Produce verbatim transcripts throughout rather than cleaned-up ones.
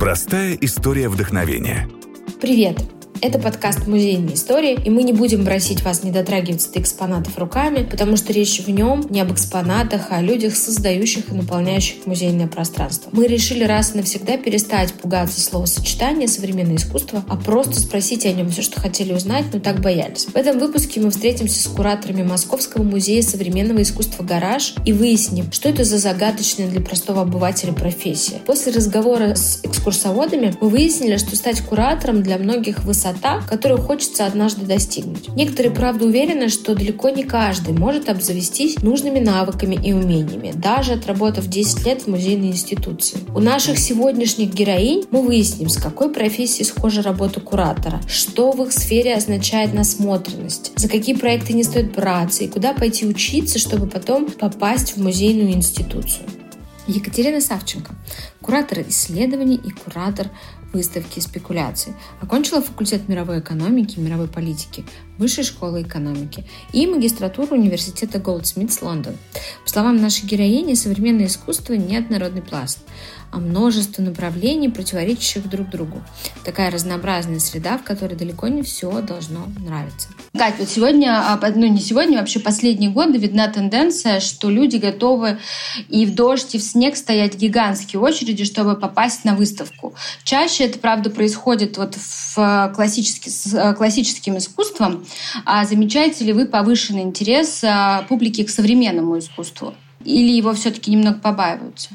Простая история вдохновения. Привет! Это подкаст «Музейные истории», и мы не будем просить вас не дотрагиваться до экспонатов руками, потому что речь в нем не об экспонатах, а о людях, создающих и наполняющих музейное пространство. Мы решили раз и навсегда перестать пугаться словосочетания «современное искусство», а просто спросить о нем все, что хотели узнать, но так боялись. В этом выпуске мы встретимся с кураторами Московского музея современного искусства «Гараж» и выясним, что это за загадочная для простого обывателя профессия. После разговора с экскурсоводами мы выяснили, что стать куратором для многих высота, которую хочется однажды достигнуть. Некоторые, правда, уверены, что далеко не каждый может обзавестись нужными навыками и умениями, даже отработав десять лет в музейной институции. У наших сегодняшних героинь мы выясним, с какой профессией схожа работа куратора, что в их сфере означает насмотренность, за какие проекты не стоит браться и куда пойти учиться, чтобы потом попасть в музейную институцию. Екатерина Савченко, куратор исследований и куратор выставки и спекуляций. Окончила факультет мировой экономики и мировой политики Высшей школы экономики и магистратуру университета Голдсмитс Лондон. По словам нашей героини, современное искусство не однородный пласт, а множество направлений, противоречащих друг другу. Такая разнообразная среда, в которой далеко не все должно нравиться. Кать, вот сегодня, ну не сегодня, вообще последние годы видна тенденция, что люди готовы и в дождь, и в снег стоять гигантские очереди, чтобы попасть на выставку. Чаще это, правда, происходит вот в классически, с классическим искусством. А замечаете ли вы повышенный интерес публики к современному искусству? Или его все-таки немного побаиваются?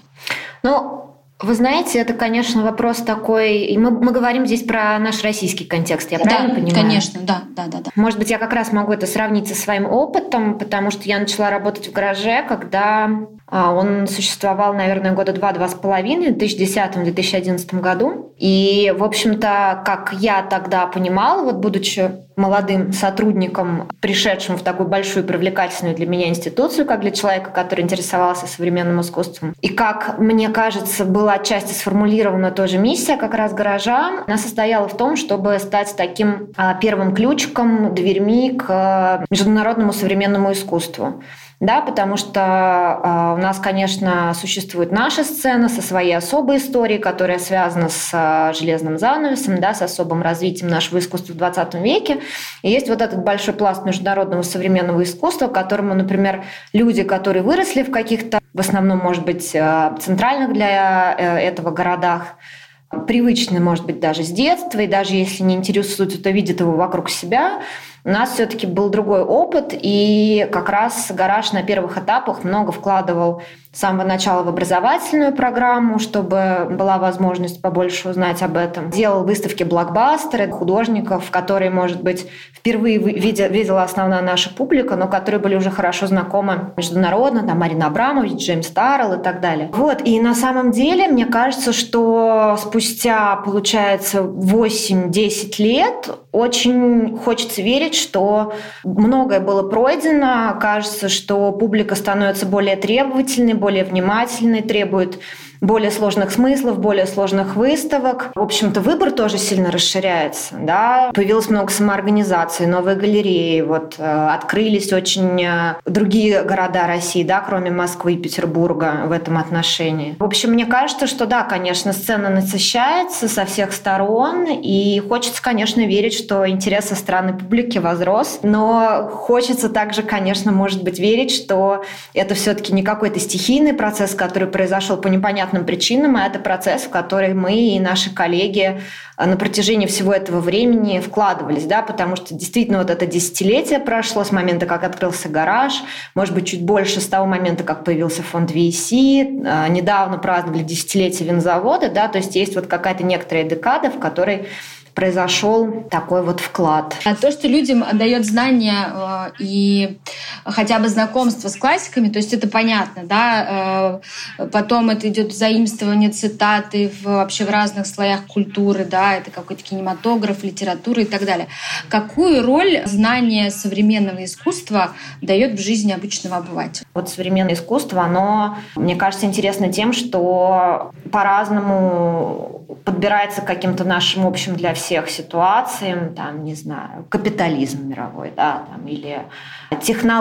Ну, вы знаете, это, конечно, вопрос такой... И мы, мы говорим здесь про наш российский контекст, я да, правильно понимаю? Конечно, да, да, да, да. Может быть, я как раз могу это сравнить со своим опытом, потому что я начала работать в гараже, когда а, он существовал, наверное, года два-два с половиной, в две тысячи десятом - две тысячи одиннадцатом году. И, в общем-то, как я тогда понимала, вот будучи молодым сотрудником, пришедшим в такую большую привлекательную для меня институцию, как для человека, который интересовался современным искусством. И как, мне кажется, была отчасти сформулирована тоже миссия как раз гаража. Она состояла в том, чтобы стать таким первым ключиком, дверьми к международному современному искусству. Да, потому что э, у нас, конечно, существует наша сцена со своей особой историей, которая связана с э, железным занавесом, да, с особым развитием нашего искусства в двадцатом веке. И есть вот этот большой пласт международного современного искусства, к которому, например, люди, которые выросли в каких-то, в основном, может быть, э, центральных для э, этого городах, привычны, может быть, даже с детства, и даже если не интересуются, то видят его вокруг себя. У нас все-таки был другой опыт, и как раз гараж на первых этапах много вкладывал с самого начала в образовательную программу, чтобы была возможность побольше узнать об этом. Делал выставки блокбастеры художников, которые, может быть, впервые видела основная наша публика, но которые были уже хорошо знакомы международно, там Марина Абрамович, Джеймс Таррелл и так далее. Вот, и на самом деле, мне кажется, что спустя, получается, восемь-десять лет очень хочется верить, что многое было пройдено. Кажется, что публика становится более требовательной, более внимательной, требует более сложных смыслов, более сложных выставок. В общем-то, выбор тоже сильно расширяется. Да? Появилось много самоорганизаций, новые галереи. Вот, э, открылись очень э, другие города России, да, кроме Москвы и Петербурга в этом отношении. В общем, мне кажется, что да, конечно, сцена насыщается со всех сторон. И хочется, конечно, верить, что интерес со стороны публики возрос. Но хочется также, конечно, может быть, верить, что это все-таки не какой-то стихийный процесс, который произошел по непонятным причинам, а это процесс, в который мы и наши коллеги на протяжении всего этого времени вкладывались, да, потому что действительно вот это десятилетие прошло с момента, как открылся гараж, может быть, чуть больше с того момента, как появился фонд ви и си, недавно праздновали десятилетие винзавода, да, то есть есть вот какая-то некоторая декада, в которой произошел такой вот вклад. А то, что людям дает знания и хотя бы знакомство с классиками, то есть это понятно, да, потом это идет заимствование цитаты в, вообще в разных слоях культуры, да, это какой-то кинематограф, литература и так далее. Какую роль знание современного искусства дает в жизни обычного обывателя? Вот современное искусство, оно, мне кажется, интересно тем, что по-разному подбирается к каким-то нашим общим для всех ситуациям, там, не знаю, капитализм мировой, да, там, или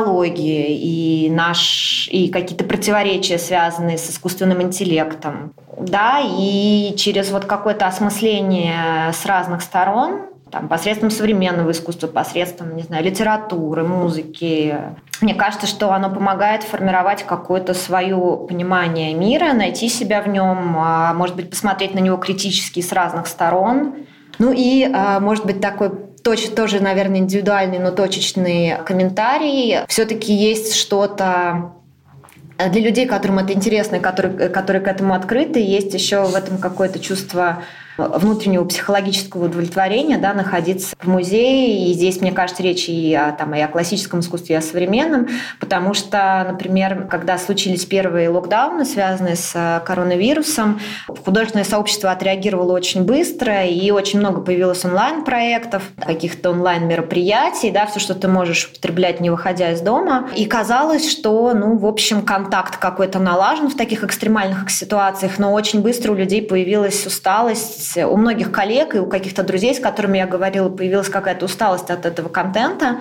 технологии и, наш, и какие-то противоречия, связанные с искусственным интеллектом. да, и через вот какое-то осмысление с разных сторон, там, посредством современного искусства, посредством, не знаю, литературы, музыки. Мне кажется, что оно помогает формировать какое-то свое понимание мира, найти себя в нем, может быть, посмотреть на него критически с разных сторон. Ну и, может быть, такой тоже, наверное, индивидуальный, но точечный комментарий. Все-таки есть что-то для людей, которым это интересно, и которые, которые к этому открыты, есть еще в этом какое-то чувство внутреннего психологического удовлетворения, да, находиться в музее. И здесь, мне кажется, речь и о, там, и о классическом искусстве, и о современном, потому что, например, когда случились первые локдауны, связанные с коронавирусом, художественное сообщество отреагировало очень быстро, и очень много появилось онлайн-проектов, каких-то онлайн-мероприятий, да, все, что ты можешь употреблять, не выходя из дома. И казалось, что, ну, в общем, контакт какой-то налажен в таких экстремальных ситуациях, но очень быстро у людей появилась усталость, у многих коллег и у каких-то друзей, с которыми я говорила, появилась какая-то усталость от этого контента.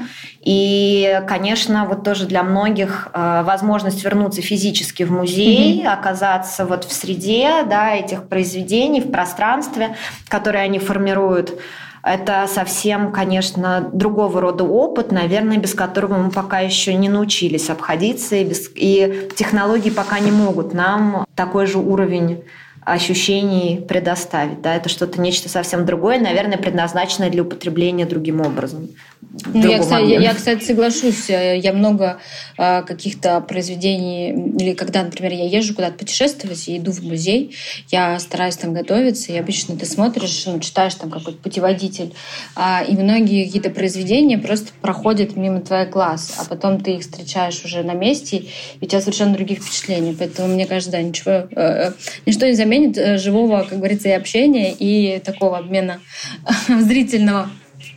И, конечно, вот тоже для многих э, возможность вернуться физически в музей, mm-hmm. оказаться вот в среде, да, этих произведений, в пространстве, которое они формируют, это совсем, конечно, другого рода опыт, наверное, без которого мы пока еще не научились обходиться, и, без... и технологии пока не могут нам такой же уровень ощущений предоставить. Да? Это что-то, нечто совсем другое, наверное, предназначенное для употребления другим образом. Ну, я, кстати, я, я, кстати, соглашусь. Я много э, каких-то произведений, или когда, например, я езжу куда-то путешествовать и иду в музей, я стараюсь там готовиться, и обычно ты смотришь, ну, читаешь там какой-то путеводитель, э, и многие какие-то произведения просто проходят мимо твоих глаз, а потом ты их встречаешь уже на месте, и у тебя совершенно других впечатлений. Поэтому, мне кажется, да, ничего, э, ничто не заменит живого, как говорится, и общения, и такого обмена зрительного.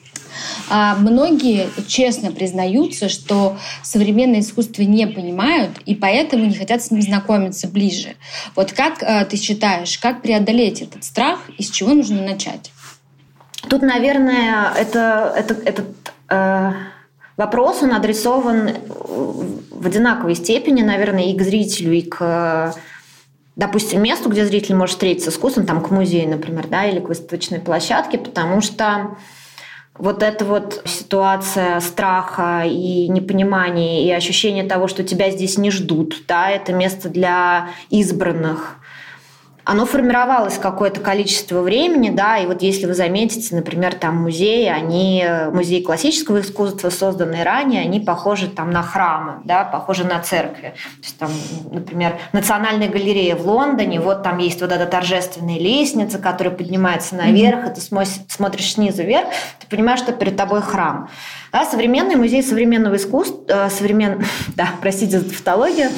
А многие честно признаются, что современное искусство не понимают и поэтому не хотят с ним знакомиться ближе. Вот как э, ты считаешь, как преодолеть этот страх и с чего нужно начать? Тут, наверное, это, это, этот э, вопрос, он адресован в одинаковой степени, наверное, и к зрителю, и к, допустим, месту, где зритель может встретиться с искусством, там, к музею, например, да, или к выставочной площадке, потому что вот эта вот ситуация страха и непонимания, и ощущение того, что тебя здесь не ждут, да, это место для избранных, оно формировалось какое-то количество времени, да, и вот если вы заметите, например, там музеи, они, музеи классического искусства, созданные ранее, они похожи там на храмы, да, похожи на церкви. То есть там, например, Национальная галерея в Лондоне, вот там есть вот эта торжественная лестница, которая поднимается наверх, mm-hmm. и ты смотришь снизу вверх, ты понимаешь, что перед тобой храм. Да, современный музей современного искусства, современ... да, простите за тавтологию,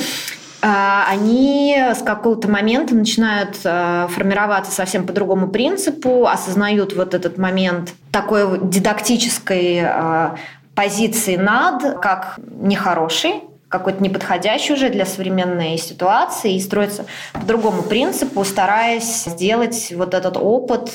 они с какого-то момента начинают формироваться совсем по другому принципу, осознают вот этот момент такой дидактической позиции над, как нехороший, какой-то неподходящий уже для современной ситуации, и строятся по другому принципу, стараясь сделать вот этот опыт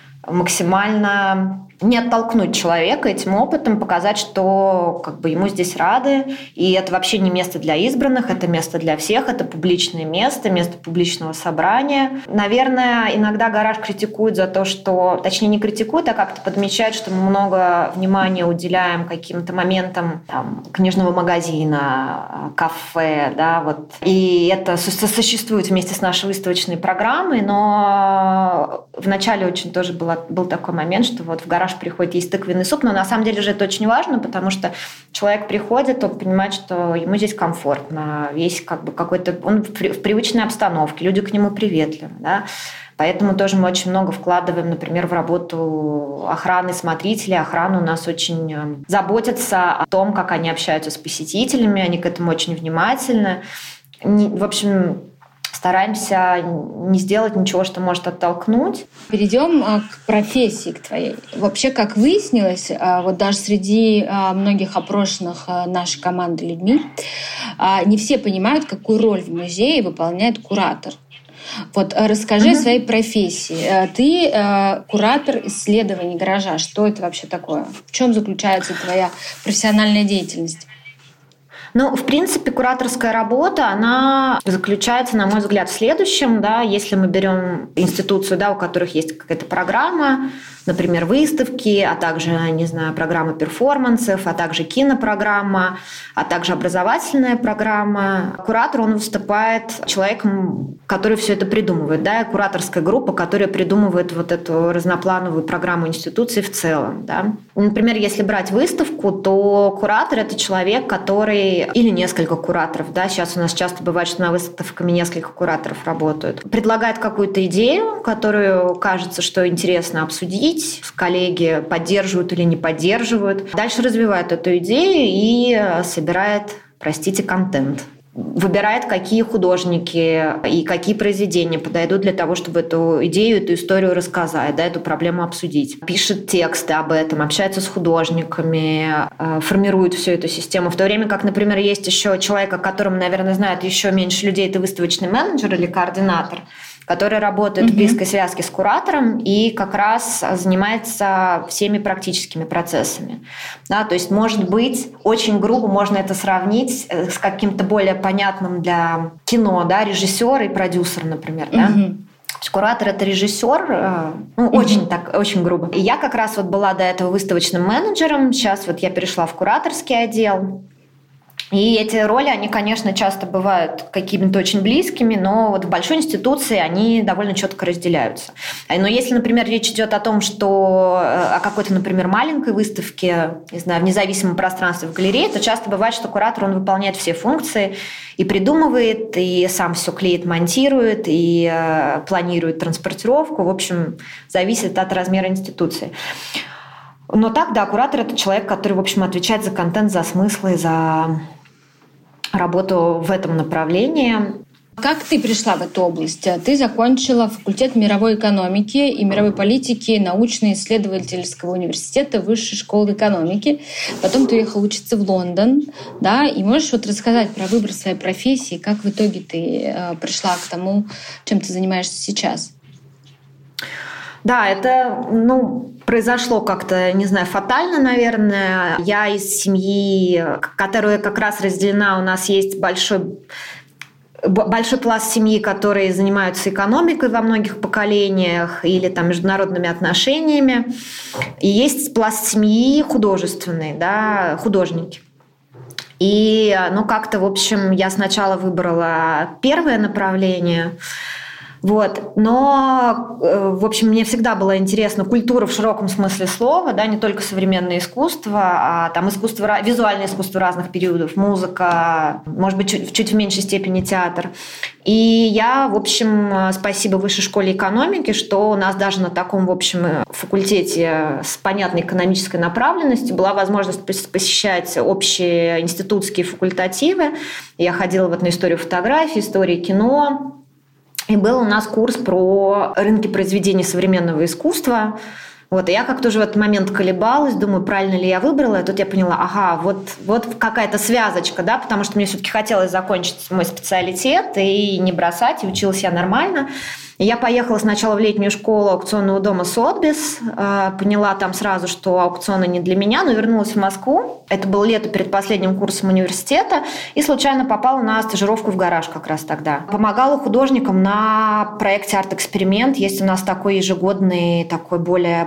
максимально не оттолкнуть человека этим опытом, показать, что как бы ему здесь рады, и это вообще не место для избранных, это место для всех, это публичное место, место публичного собрания. Наверное, иногда гараж критикует за то, что, точнее не критикует, а как-то подмечает, что мы много внимания уделяем каким-то моментам там, книжного магазина, кафе, да, вот. И это сосуществует вместе с нашей выставочной программой, но вначале очень тоже было, был такой момент, что вот в гараж приходит есть тыквенный суп, но на самом деле же это очень важно, потому что человек приходит, он понимает, что ему здесь комфортно, весь как бы какой-то, он в привычной обстановке, люди к нему приветливы, да? Поэтому тоже мы очень много вкладываем, например, в работу охраны смотрителей. Охрана у нас очень заботится о том, как они общаются с посетителями, они к этому очень внимательны. В общем, стараемся не сделать ничего, что может оттолкнуть. Перейдем к профессии, к твоей. Вообще, как выяснилось, вот даже среди многих опрошенных нашей команды людьми, не все понимают, какую роль в музее выполняет куратор. Вот расскажи mm-hmm. о своей профессии. Ты куратор исследований гаража. Что это вообще такое? В чем заключается твоя профессиональная деятельность? Ну, в принципе, кураторская работа, она заключается, на мой взгляд, в следующем. Да, если мы берем институцию, да, у которых есть какая-то программа, например, выставки, а также, не знаю, программа перформансов, а также кинопрограмма, а также образовательная программа. Куратор, он выступает человеком, который все это придумывает. Да, кураторская группа, которая придумывает вот эту разноплановую программу институции в целом. Да. Например, если брать выставку, то куратор – это человек, который... Или несколько кураторов. Да, сейчас у нас часто бывает, что на выставками несколько кураторов работают. Предлагает какую-то идею, которую кажется, что интересно обсудить, коллеги поддерживают или не поддерживают. Дальше развивает эту идею и собирает, простите, контент. Выбирает, какие художники и какие произведения подойдут для того, чтобы эту идею, эту историю рассказать, да, эту проблему обсудить. Пишет тексты об этом, общается с художниками, формирует всю эту систему. В то время как, например, есть еще человек, о котором, наверное, знают еще меньше людей, это выставочный менеджер или координатор, который работает mm-hmm. в близкой связке с куратором и как раз занимается всеми практическими процессами. Да, то есть, может быть, очень грубо можно это сравнить с каким-то более понятным для кино, да, режиссер и продюсер, например. Mm-hmm. Да? Куратор – это режиссер, ну, mm-hmm. очень так, очень грубо. И я как раз вот была до этого выставочным менеджером, сейчас вот я перешла в кураторский отдел. И эти роли, они, конечно, часто бывают какими-то очень близкими, но вот в большой институции они довольно четко разделяются. Но если, например, речь идет о том, что о какой-то, например, маленькой выставке, не знаю, в независимом пространстве в галерее, то часто бывает, что куратор, он выполняет все функции и придумывает, и сам все клеит, монтирует, и э, планирует транспортировку. В общем, зависит от размера институции. Но так, да, куратор – это человек, который, в общем, отвечает за контент, за смыслы, за работу в этом направлении. Как ты пришла в эту область? Ты закончила факультет мировой экономики и мировой политики научно-исследовательского университета Высшей школы экономики. Потом ты уехала учиться в Лондон. Да? И можешь вот рассказать про выбор своей профессии, как в итоге ты пришла к тому, чем ты занимаешься сейчас? Да, это, ну, произошло как-то, не знаю, фатально, наверное. Я из семьи, которая как раз разделена, у нас есть большой, большой пласт семьи, которые занимаются экономикой во многих поколениях или там международными отношениями. И есть пласт семьи художественный, да, художники. И, ну, как-то, в общем, я сначала выбрала первое направление. Вот. Но, в общем, мне всегда была интересна культура в широком смысле слова, да, не только современное искусство, а там искусство, визуальное искусство разных периодов, музыка, может быть, чуть, чуть в меньшей степени театр. И я, в общем, спасибо Высшей школе экономики, что у нас даже на таком, в общем, факультете с понятной экономической направленностью была возможность посещать общие институтские факультативы. Я ходила вот на историю фотографии, историю кино. И был у нас курс про рынки произведений современного искусства. Вот, и я как-то уже в этот момент колебалась, думаю, правильно ли я выбрала. И тут я поняла, ага, вот, вот какая-то связочка, да, потому что мне все-таки хотелось закончить мой специалитет и не бросать, и училась я нормально. И я поехала сначала в летнюю школу аукционного дома «Сотбис», поняла там сразу, что аукционы не для меня, но вернулась в Москву. Это было лето перед последним курсом университета, и случайно попала на стажировку в гараж как раз тогда. Помогала художникам на проекте «Арт-эксперимент». Есть у нас такой ежегодный, такой более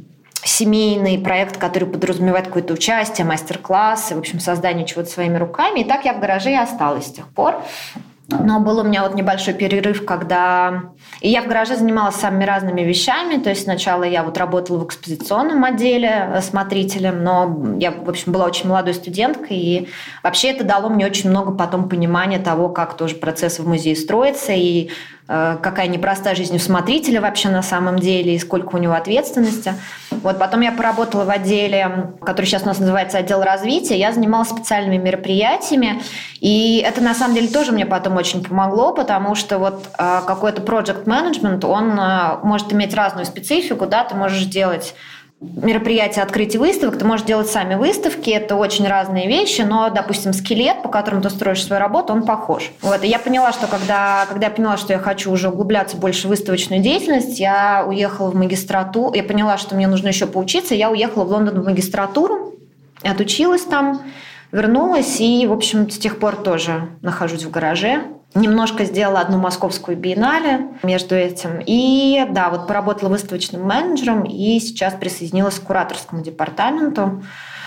семейный проект, который подразумевает какое-то участие, мастер-классы, в общем, создание чего-то своими руками. И так я в гараже и осталась с тех пор. Но был у меня вот небольшой перерыв, когда... И я в гараже занималась самыми разными вещами. То есть сначала я вот работала в экспозиционном отделе смотрителем, но я, в общем, была очень молодой студенткой. И вообще это дало мне очень много потом понимания того, как тоже процесс в музее строится, и э, какая непростая жизнь у смотрителя вообще на самом деле, и сколько у него ответственности. Вот потом я поработала в отделе, который сейчас у нас называется отдел развития. Я занималась специальными мероприятиями. И это на самом деле тоже мне потом очень помогло, потому что вот э, какой-то project management, он э, может иметь разную специфику, да, ты можешь делать мероприятия открытия выставок, ты можешь делать сами выставки, это очень разные вещи, но, допустим, скелет, по которому ты строишь свою работу, он похож. Вот. И я поняла, что когда, когда я поняла, что я хочу уже углубляться больше в выставочную деятельность, я уехала в магистратуру, я поняла, что мне нужно еще поучиться, я уехала в Лондон в магистратуру, отучилась там, вернулась и, в общем, с тех пор тоже нахожусь в гараже. Немножко сделала одну московскую биеннале между этим. И, да, вот поработала выставочным менеджером и сейчас присоединилась к кураторскому департаменту.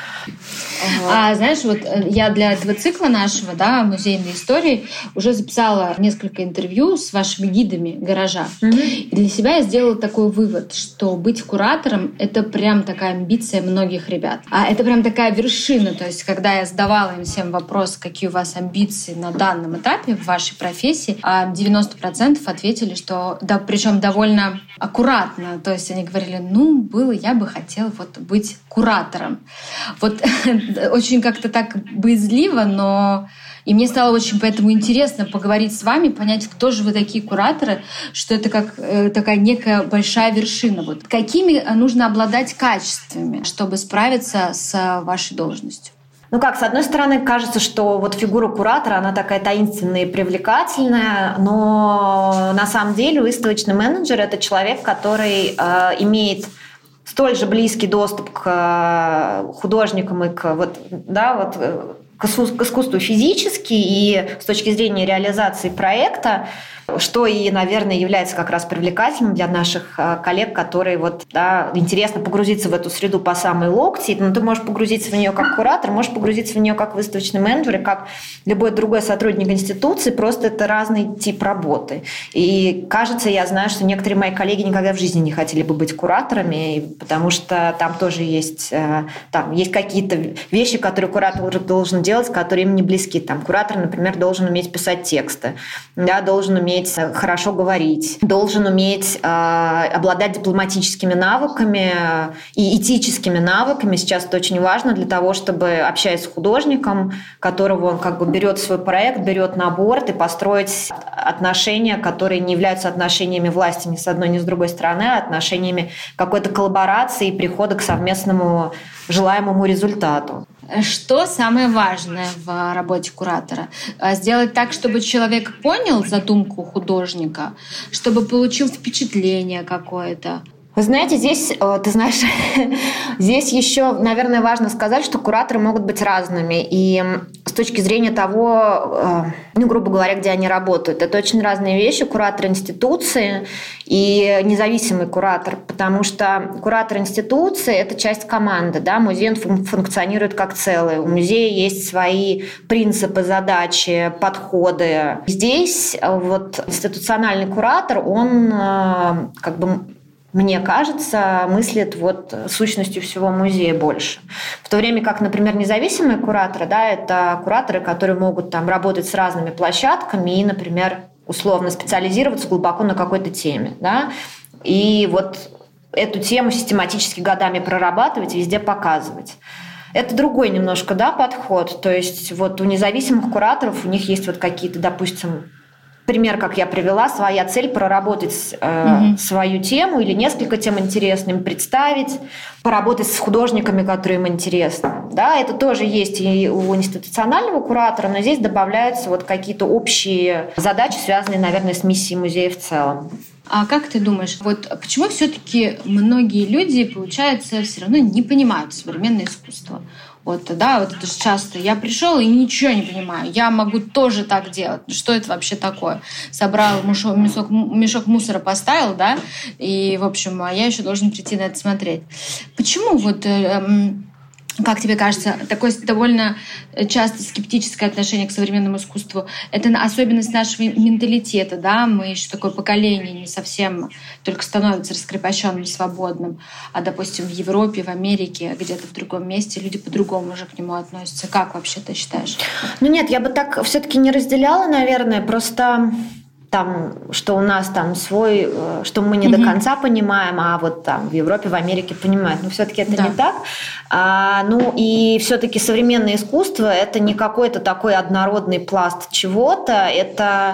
А знаешь, вот я для этого цикла нашего, да, музейной истории уже записала несколько интервью с вашими гидами гаража. Mm-hmm. И для себя я сделала такой вывод, что быть куратором — это прям такая амбиция многих ребят. А это прям такая вершина. То есть, когда я задавала им всем вопрос, какие у вас амбиции на данном этапе в вашей профессии, девяносто процентов ответили, что, да, причем довольно аккуратно. То есть они говорили, ну, было, я бы хотела вот быть куратором. Вот очень как-то так боязливо, но и мне стало очень поэтому интересно поговорить с вами, понять, кто же вы такие кураторы, что это как э, такая некая большая вершина. Вот какими нужно обладать качествами, чтобы справиться с вашей должностью? Ну как, с одной стороны, кажется, что вот фигура куратора, она такая таинственная и привлекательная, но на самом деле выставочный менеджер – это человек, который э, имеет столь же близкий доступ к художникам и к, вот, да, вот, к искусству физически и с точки зрения реализации проекта, что и, наверное, является как раз привлекательным для наших коллег, которые вот, да, интересно погрузиться в эту среду по самые локти. Но ты можешь погрузиться в нее как куратор, можешь погрузиться в нее как выставочный менеджер и как любой другой сотрудник институции, просто это разный тип работы. И кажется, я знаю, что некоторые мои коллеги никогда в жизни не хотели бы быть кураторами, потому что там тоже есть, там есть какие-то вещи, которые куратор должен делать, которые им не близки. Там куратор, например, должен уметь писать тексты, да, должен уметь хорошо говорить, должен уметь э, обладать дипломатическими навыками и этическими навыками. Сейчас это очень важно для того, чтобы, общаясь с художником, которого он как бы берет свой проект, берет на борт и построить отношения, которые не являются отношениями власти ни с одной, ни с другой стороны, а отношениями какой-то коллаборации и прихода к совместному желаемому результату. Что самое важное в работе куратора? Сделать так, чтобы человек понял задумку художника, чтобы получил впечатление какое-то. Вы знаете, здесь, ты знаешь, здесь еще, наверное, важно сказать, что кураторы могут быть разными. И с точки зрения того, ну, грубо говоря, где они работают, это очень разные вещи. Куратор институции и независимый куратор, потому что куратор институции – это часть команды. Да? Музей функционирует как целое. У музея есть свои принципы, задачи, подходы. Здесь вот институциональный куратор, он как бы, мне кажется, мыслит вот сущностью всего музея больше. В то время как, например, независимые кураторы, да, это кураторы, которые могут там работать с разными площадками и, например, условно специализироваться глубоко на какой-то теме. Да, и вот эту тему систематически годами прорабатывать, везде показывать. Это другой немножко, да, подход. То есть вот у независимых кураторов у них есть вот какие-то, допустим, пример, как я привела, своя цель проработать э, mm-hmm. свою тему или несколько тем интересным, представить, поработать с художниками, которые им интересны. Да, это тоже есть и у институционального куратора, но здесь добавляются вот какие-то общие задачи, связанные, наверное, с миссией музея в целом. А как ты думаешь, вот почему все-таки многие люди, получается, все равно не понимают современное искусство? Вот, да, вот это же часто. Я пришел и ничего не понимаю. Я могу тоже так делать. Что это вообще такое? Собрал мешок, мешок, мешок мусора, поставил, да, и, в общем, а я еще должен прийти на это смотреть. Почему вот... Эм, как тебе кажется, такое довольно часто скептическое отношение к современному искусству? Это особенность нашего менталитета, да? Мы еще такое поколение не совсем только становится раскрепощенным, свободным. А, допустим, в Европе, в Америке, где-то в другом месте люди по-другому уже к нему относятся. Как вообще ты считаешь? Ну нет, я бы так все-таки не разделяла, наверное. Просто... там, что у нас там свой, что мы не mm-hmm. до конца понимаем, а вот там в Европе, в Америке понимают. Но все-таки это да. не так. А, ну и все-таки современное искусство – это не какой-то такой однородный пласт чего-то. Это,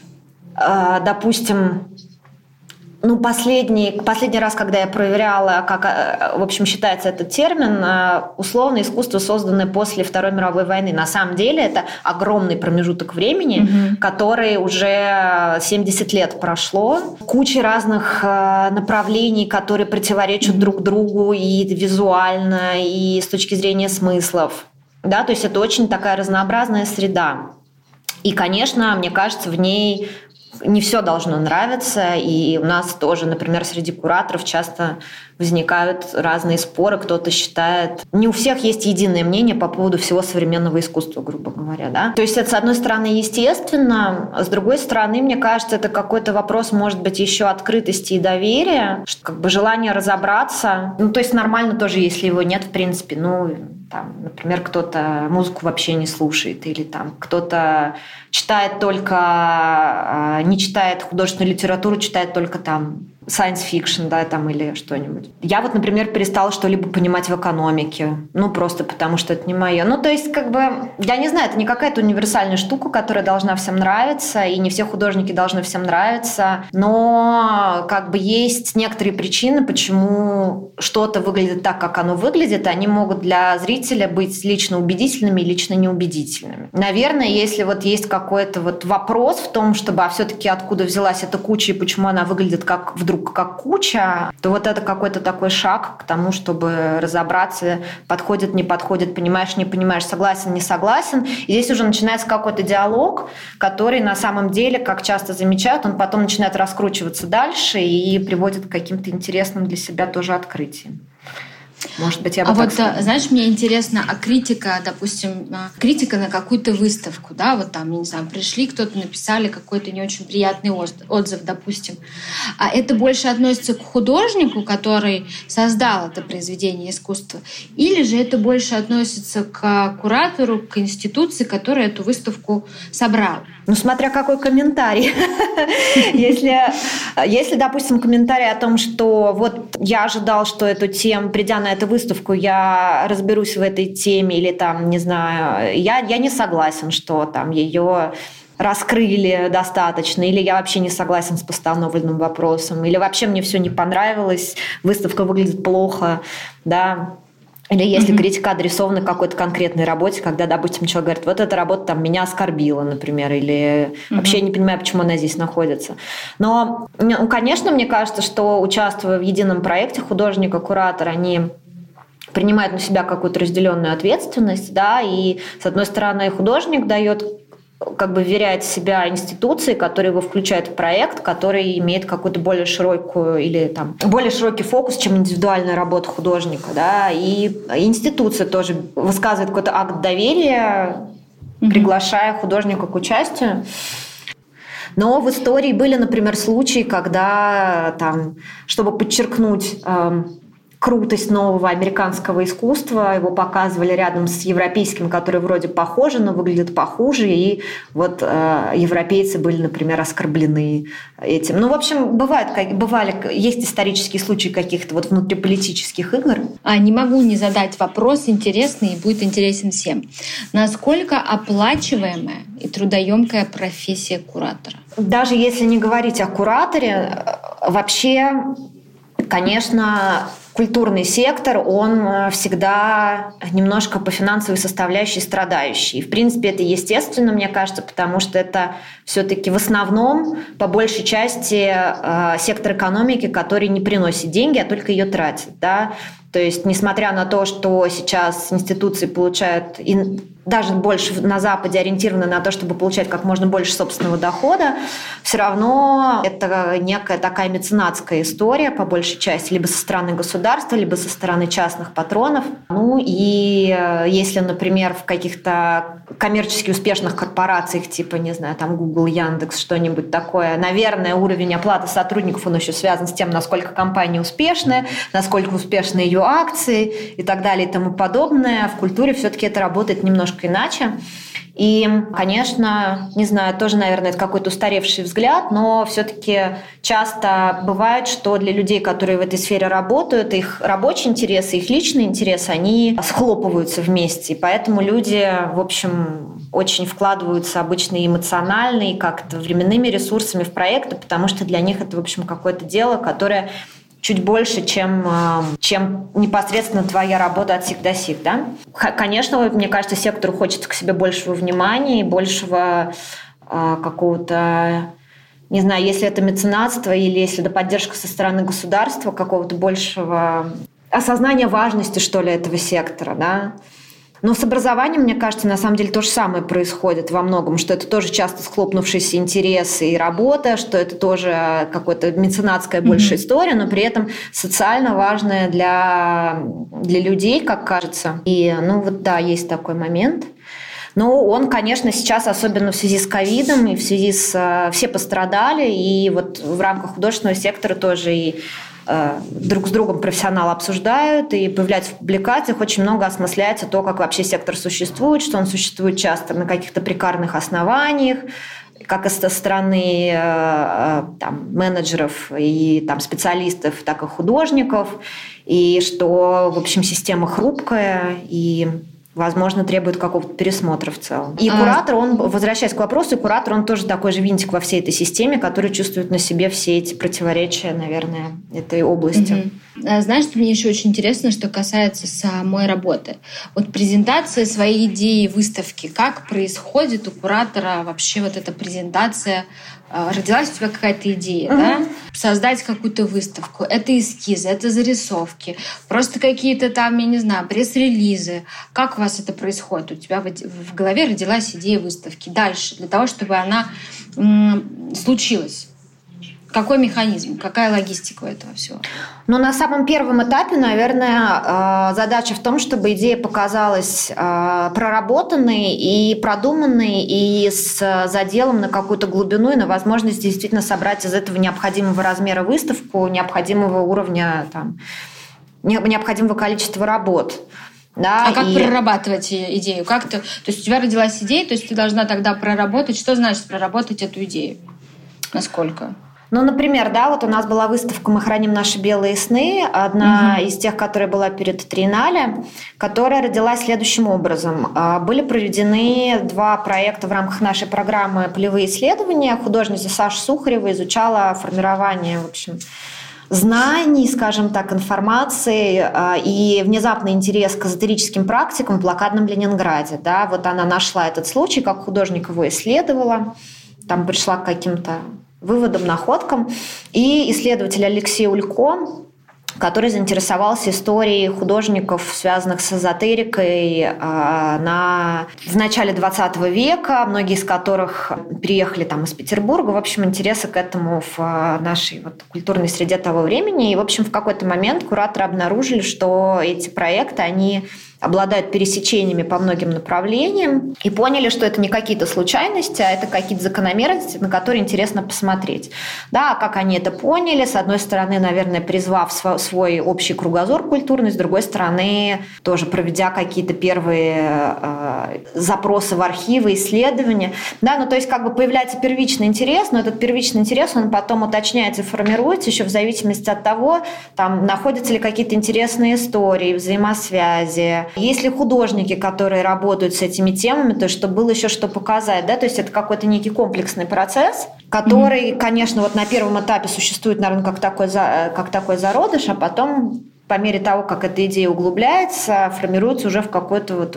а, допустим, ну, последний, последний раз, когда я проверяла, как, в общем, считается этот термин, условное искусство, созданное после Второй мировой войны. На самом деле это огромный промежуток времени, mm-hmm. который уже семьдесят лет прошло. Куча разных направлений, которые противоречат mm-hmm. друг другу и визуально, и с точки зрения смыслов. Да, то есть это очень такая разнообразная среда. И, конечно, мне кажется, в ней не все должно нравиться. И у нас тоже, например, среди кураторов часто возникают разные споры. Кто-то считает... Не у всех есть единое мнение по поводу всего современного искусства, грубо говоря. Да? То есть это, с одной стороны, естественно. А с другой стороны, мне кажется, это какой-то вопрос, может быть, еще открытости и доверия. Что, как бы желание разобраться. Ну, то есть нормально тоже, если его нет, в принципе. Ну, там, например, кто-то музыку вообще не слушает. Или там кто-то читает только... Не читает художественную литературу, читает только там science fiction, да, там, или что-нибудь. Я вот, например, перестала что-либо понимать в экономике. Ну, просто потому что это не мое. Ну, то есть, как бы, я не знаю, это не какая-то универсальная штука, которая должна всем нравиться, и не все художники должны всем нравиться. Но, как бы, есть некоторые причины, почему что-то выглядит так, как оно выглядит. Они могут для зрителя быть лично убедительными и лично неубедительными. Наверное, если вот есть какой-то вот вопрос в том, чтобы, а все-таки откуда взялась эта куча и почему она выглядит как вдруг как куча, то вот это какой-то такой шаг к тому, чтобы разобраться, подходит, не подходит, понимаешь, не понимаешь, согласен, не согласен. И здесь уже начинается какой-то диалог, который на самом деле, как часто замечают, он потом начинает раскручиваться дальше и приводит к каким-то интересным для себя тоже открытиям. Может быть, я бы а так вот, сказала. Знаешь, мне интересно, а критика, допустим, критика на какую-то выставку, да, вот там, я не знаю, пришли, кто-то написали какой-то не очень приятный отзыв, допустим. А это больше относится к художнику, который создал это произведение искусства, или же это больше относится к куратору, к институции, которая эту выставку собрала? Ну, смотря какой комментарий. Если, если, допустим, комментарий о том, что вот я ожидал, что эту тему, придя на эту выставку, я разберусь в этой теме, или там, не знаю, я, я не согласен, что там ее раскрыли достаточно, или я вообще не согласен с постановленным вопросом, или вообще мне все не понравилось, выставка выглядит плохо, да. Или если mm-hmm. критика адресована какой-то конкретной работе, когда, допустим, человек говорит, вот эта работа там, меня оскорбила, например, или mm-hmm. вообще я не понимаю, почему она здесь находится. Но, ну, конечно, мне кажется, что, участвуя в едином проекте, художник и куратор, они принимают на себя какую-то разделенную ответственность, да, и, с одной стороны, художник дает, как бы вверяет себя институции, которые его включают в проект, который имеет какую-то более широкую или там более широкий фокус, чем индивидуальная работа художника, да, и институция тоже высказывает какой-то акт доверия, mm-hmm. приглашая художника к участию. Но в истории были, например, случаи, когда там, чтобы подчеркнуть эм, крутость нового американского искусства, его показывали рядом с европейским, который вроде похожи, но выглядит похуже, и вот э, европейцы были, например, оскорблены этим. Ну, в общем, бывает, как, бывали, есть исторические случаи каких-то вот внутриполитических игр. А не могу не задать вопрос интересный и будет интересен всем. Насколько оплачиваемая и трудоемкая профессия куратора? Даже если не говорить о кураторе, вообще, конечно, культурный сектор, он всегда немножко по финансовой составляющей страдающий. И, в принципе, это естественно, мне кажется, потому что это все-таки в основном, по большей части, сектор экономики, который не приносит деньги, а только ее тратит. Да? То есть, несмотря на то, что сейчас институции получают даже больше на Западе ориентированы на то, чтобы получать как можно больше собственного дохода, все равно это некая такая меценатская история, по большей части, либо со стороны государства, либо со стороны частных патронов. Ну и если, например, в каких-то коммерчески успешных корпорациях, типа, не знаю, там Google, Яндекс, что-нибудь такое, наверное, уровень оплаты сотрудников, он еще связан с тем, насколько компания успешная, насколько успешны ее акции и так далее и тому подобное. В культуре все-таки это работает немножко иначе. И, конечно, не знаю, тоже, наверное, это какой-то устаревший взгляд, но все-таки часто бывает, что для людей, которые в этой сфере работают, их рабочие интересы, их личные интересы, они схлопываются вместе. И поэтому люди, в общем, очень вкладываются обычно и эмоционально, и как-то временными ресурсами в проекты, потому что для них это, в общем, какое-то дело, которое чуть больше, чем, чем непосредственно твоя работа от сих до сих, да? Конечно, мне кажется, сектору хочется к себе большего внимания и большего э, какого-то, не знаю, если это меценатство или если это поддержка со стороны государства, какого-то большего осознания важности, что ли, этого сектора, да? Но с образованием, мне кажется, на самом деле то же самое происходит во многом, что это тоже часто схлопнувшийся интерес и работа, что это тоже какая-то меценатская большая mm-hmm. история, но при этом социально важная для, для людей, как кажется. И, ну вот да, есть такой момент. Но он, конечно, сейчас, особенно в связи с ковидом и в связи с... Все пострадали, и вот в рамках художественного сектора тоже и друг с другом профессионалы обсуждают, и появляется в публикациях, очень много осмысляется то, как вообще сектор существует, что он существует часто на каких-то прекарных основаниях, как со стороны там, менеджеров и там, специалистов, так и художников, и что, в общем, система хрупкая, и возможно, требует какого-то пересмотра в целом. И куратор, он, возвращаясь к вопросу, куратор, он тоже такой же винтик во всей этой системе, который чувствует на себе все эти противоречия, наверное, этой области. Угу. Знаешь, мне еще очень интересно, что касается самой работы. Вот презентация своей идеи выставки. Как происходит у куратора вообще вот эта презентация? Родилась у тебя какая-то идея, угу. да? Создать какую-то выставку. Это эскизы, это зарисовки, просто какие-то там, я не знаю, пресс-релизы. Как у вас это происходит? У тебя в голове родилась идея выставки. Дальше, для того, чтобы она м- случилась. Какой механизм, какая логистика у этого всего? Ну, на самом первом этапе, наверное, задача в том, чтобы идея показалась проработанной и продуманной, и с заделом на какую-то глубину, и на возможность действительно собрать из этого необходимого размера выставку, необходимого уровня, там, необходимого количества работ. Да, а как и... прорабатывать идею? Как ты... То есть у тебя родилась идея, то есть ты должна тогда проработать. Что значит проработать эту идею? Насколько? Ну, например, да, вот у нас была выставка «Мы храним наши белые сны», одна угу. из тех, которая была перед Триеннале, которая родилась следующим образом. Были проведены два проекта в рамках нашей программы «Полевые исследования». Художница Саша Сухарева изучала формирование, в общем, знаний, скажем так, информации и внезапный интерес к эзотерическим практикам в блокадном Ленинграде. Да, вот она нашла этот случай, как художник его исследовала, там пришла к каким-то выводам, находкам. И исследователь Алексей Улько, который заинтересовался историей художников, связанных с эзотерикой э, на... в начале двадцатого века, многие из которых приехали там, из Петербурга. В общем, интересы к этому в нашей вот, культурной среде того времени. И, в общем, в какой-то момент кураторы обнаружили, что эти проекты, они обладают пересечениями по многим направлениям, и поняли, что это не какие-то случайности, а это какие-то закономерности, на которые интересно посмотреть. Да, как они это поняли? С одной стороны, наверное, призвав свой общий кругозор культурный, с другой стороны, тоже проведя какие-то первые э, запросы в архивы, исследования. Да, ну, то есть как бы появляется первичный интерес, но этот первичный интерес, он потом уточняется и формируется еще в зависимости от того, там, находятся ли какие-то интересные истории, взаимосвязи. Есть ли художники, которые работают с этими темами, то есть чтобы было еще что показать, да, то есть это какой-то некий комплексный процесс, который, mm-hmm. конечно, вот на первом этапе существует, наверное, как такой, как такой зародыш, а потом по мере того, как эта идея углубляется, формируется уже в какое-то вот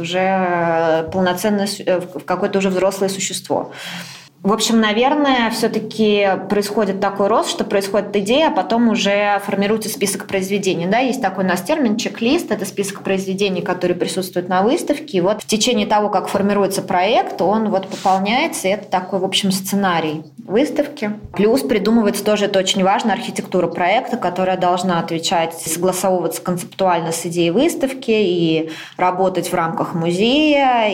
уже полноценное, в какое-то уже взрослое существо. В общем, наверное, все-таки происходит такой рост, что происходит идея, а потом уже формируется список произведений. Да, есть такой у нас термин чек-лист, это список произведений, которые присутствуют на выставке. И вот в течение того, как формируется проект, он вот пополняется, и это такой, в общем, сценарий выставки. Плюс придумывается тоже, это очень важно, архитектура проекта, которая должна отвечать, согласовываться концептуально с идеей выставки и работать в рамках музея,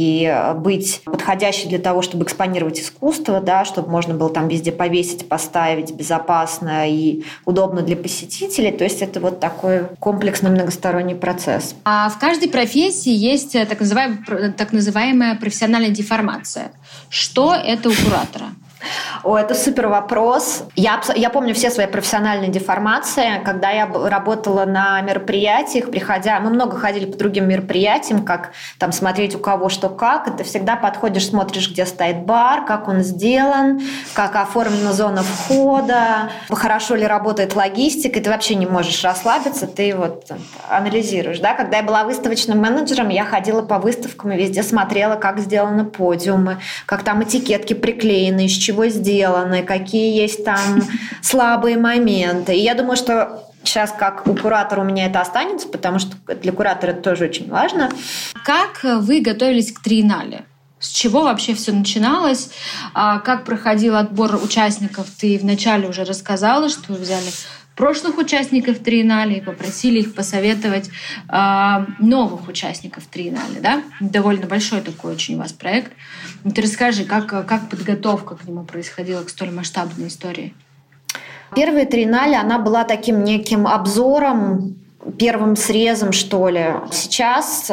и быть подходящей для того, чтобы экспонировать искусство, да, чтобы можно было там везде повесить, поставить безопасно и удобно для посетителей. То есть это вот такой комплексный многосторонний процесс. А в каждой профессии есть так называемая, так называемая профессиональная деформация. Что это у куратора? О, это супер вопрос. Я, я помню все свои профессиональные деформации, когда я работала на мероприятиях, приходя, мы много ходили по другим мероприятиям, как там смотреть у кого что как, и ты всегда подходишь, смотришь, где стоит бар, как он сделан, как оформлена зона входа, хорошо ли работает логистика, и ты вообще не можешь расслабиться, ты вот анализируешь. Да? Когда я была выставочным менеджером, я ходила по выставкам и везде смотрела, как сделаны подиумы, как там этикетки приклеены, из чего чего сделаны, какие есть там слабые моменты. И я думаю, что сейчас как у куратора у меня это останется, потому что для куратора это тоже очень важно. Как вы готовились к триеннале? С чего вообще все начиналось? Как проходил отбор участников? Ты вначале уже рассказала, что вы взяли прошлых участников триеннале и попросили их посоветовать новых участников триеннале. Да? Довольно большой такой очень у вас проект. Ты расскажи, как, как подготовка к нему происходила, к столь масштабной истории? Первая триеннале, она была таким неким обзором, первым срезом, что ли. Сейчас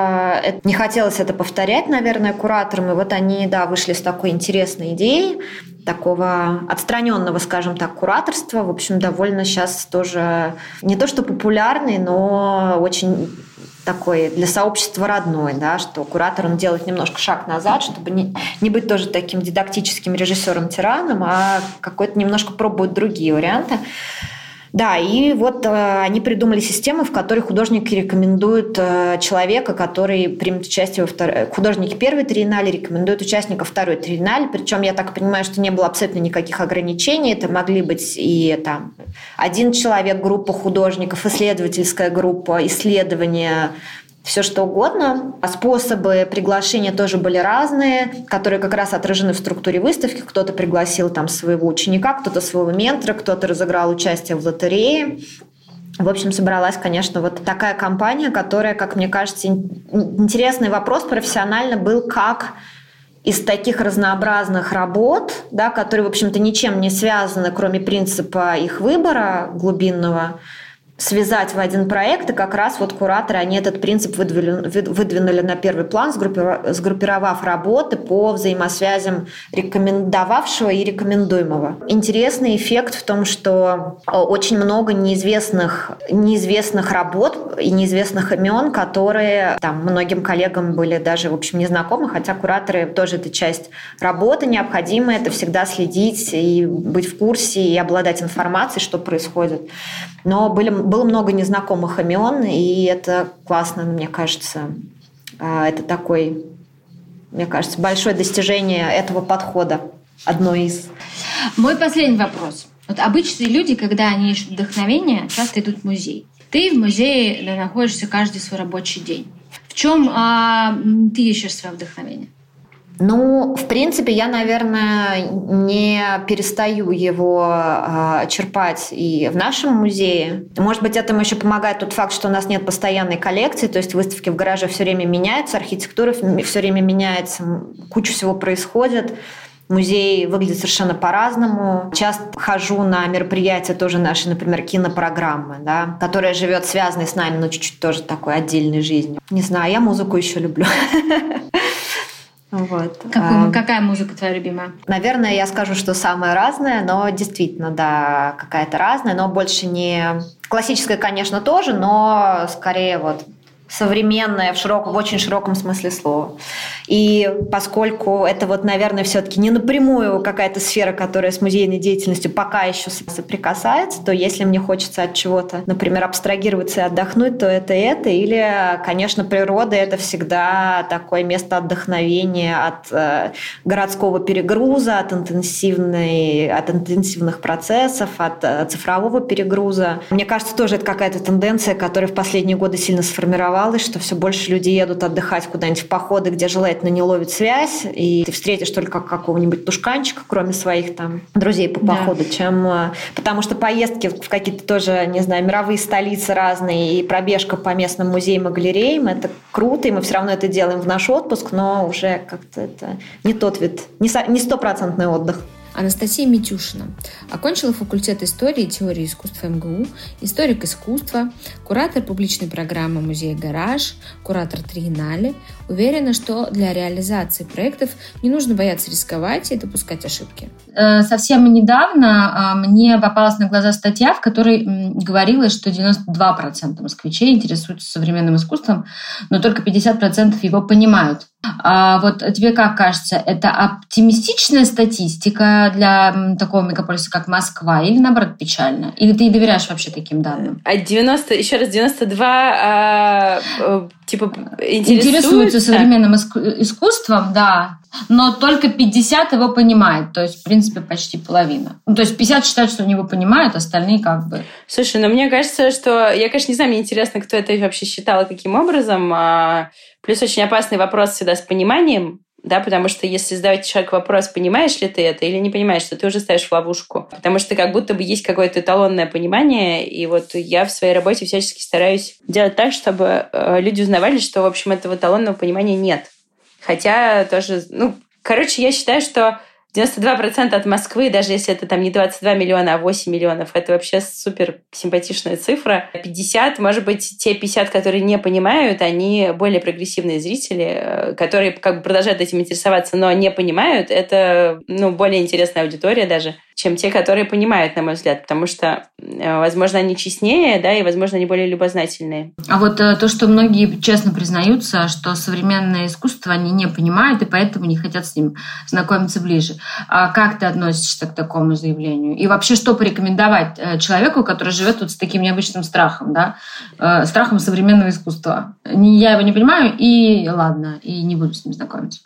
э, не хотелось это повторять, наверное, кураторам. И вот они, да, вышли с такой интересной идеей, такого отстраненного, скажем так, кураторства. В общем, довольно сейчас тоже не то что популярный, но очень такой для сообщества родной, да, что куратор, он делает немножко шаг назад, чтобы не, не быть тоже таким дидактическим режиссером-тираном, а какой-то немножко пробует другие варианты. Да, и вот э, они придумали систему, в которой художники рекомендуют э, человека, который примет участие во второй... Художники первой триеннале рекомендуют участников второй триеннале, причем я так понимаю, что не было абсолютно никаких ограничений, это могли быть и там один человек, группа художников, исследовательская группа, исследования, все что угодно. Способы приглашения тоже были разные, которые как раз отражены в структуре выставки. Кто-то пригласил там своего ученика, кто-то своего ментора, кто-то разыграл участие в лотерее. В общем, собралась, конечно, вот такая компания, которая, как мне кажется, интересный вопрос профессионально был, как из таких разнообразных работ, да, которые, в общем-то, ничем не связаны, кроме принципа их выбора глубинного, связать в один проект, и как раз вот кураторы, они этот принцип выдвинули, выдвинули на первый план, сгруппировав работы по взаимосвязям рекомендовавшего и рекомендуемого. Интересный эффект в том, что очень много неизвестных, неизвестных работ и неизвестных имен, которые там многим коллегам были даже, в общем, незнакомы, хотя кураторы тоже это часть работы необходимая, это всегда следить и быть в курсе, и обладать информацией, что происходит. Но были, было много незнакомых имен, и это классно, мне кажется. Это такой, мне кажется, большое достижение этого подхода. Одно из. Мой последний вопрос. Вот обычные люди, когда они ищут вдохновение, часто идут в музей. Ты в музее находишься каждый свой рабочий день. В чем а, ты ищешь свое вдохновение? Ну, в принципе, я, наверное, не перестаю его э, черпать и в нашем музее. Может быть, этому еще помогает тот факт, что у нас нет постоянной коллекции, то есть выставки в гараже все время меняются, архитектура все время меняется, куча всего происходит. Музей выглядит совершенно по-разному. Часто хожу на мероприятия тоже нашей, например, кинопрограммы, да, которая живет связанной с нами, но чуть-чуть тоже такой отдельной жизнью. Не знаю, я музыку еще люблю. Вот. Какую, какая музыка твоя любимая? Наверное, я скажу, что самая разная, но действительно, да, какая-то разная, но больше не... Классическая, конечно, тоже, но скорее вот современная в, широком, в очень широком смысле слова. И поскольку это вот, наверное, все-таки не напрямую какая-то сфера, которая с музейной деятельностью пока еще соприкасается, то если мне хочется от чего-то, например, абстрагироваться и отдохнуть, то это это. Или, конечно, природа – это всегда такое место отдохновения от э, городского перегруза, от, интенсивной, от интенсивных процессов, от э, цифрового перегруза. Мне кажется, тоже это какая-то тенденция, которая в последние годы сильно сформировалась, что все больше люди едут отдыхать куда-нибудь в походы, где желательно не ловит связь, и ты встретишь только какого-нибудь тушканчика, кроме своих там друзей по походу, да. чем... Потому что поездки в какие-то тоже, не знаю, мировые столицы разные, и пробежка по местным музеям и галереям, это круто, и мы все равно это делаем в наш отпуск, но уже как-то это не тот вид, не стопроцентный отдых. Анастасия Митюшина. Окончила факультет истории и теории искусств эм гэ у, историк искусства, куратор публичной программы музея «Гараж», куратор триеннале. Уверена, что для реализации проектов не нужно бояться рисковать и допускать ошибки. Совсем недавно мне попалась на глаза статья, в которой говорилось, что девяносто два процента москвичей интересуются современным искусством, но только пятьдесят процентов его понимают. А вот тебе как кажется, это оптимистичная статистика для такого мегаполиса, как Москва, или наоборот печально? Или ты доверяешь вообще таким данным? А девяносто, еще раз, девяносто два а, типа интересуются, интересуется современным искусством, да, но только пятьдесят его понимает, то есть, в принципе, почти половина. Ну, то есть пятьдесят считают, что они его понимают, остальные как бы... Слушай, ну мне кажется, что... Я, конечно, не знаю, мне интересно, кто это вообще считал и каким образом. Плюс очень опасный вопрос всегда с пониманием, да, потому что если задавать человеку вопрос, понимаешь ли ты это или не понимаешь, то ты уже ставишь в ловушку. Потому что как будто бы есть какое-то эталонное понимание, и вот я в своей работе всячески стараюсь делать так, чтобы люди узнавали, что, в общем, этого эталонного понимания нет. Хотя тоже, ну, короче, я считаю, что девяносто два процента от Москвы, даже если это там не двадцать два миллиона, а восемь миллионов, это вообще супер симпатичная цифра. пятьдесят, может быть, те пятьдесят, которые не понимают, они более прогрессивные зрители, которые как бы продолжают этим интересоваться, но не понимают. Это, ну, более интересная аудитория даже, чем те, которые понимают, на мой взгляд, потому что, возможно, они честнее, да, и, возможно, они более любознательные. А вот то, что многие честно признаются, что современное искусство они не понимают, и поэтому не хотят с ним знакомиться ближе. А как ты относишься к такому заявлению? И вообще, что порекомендовать человеку, который живет вот с таким необычным страхом, да, страхом современного искусства? Я его не понимаю, и ладно, и не буду с ним знакомиться.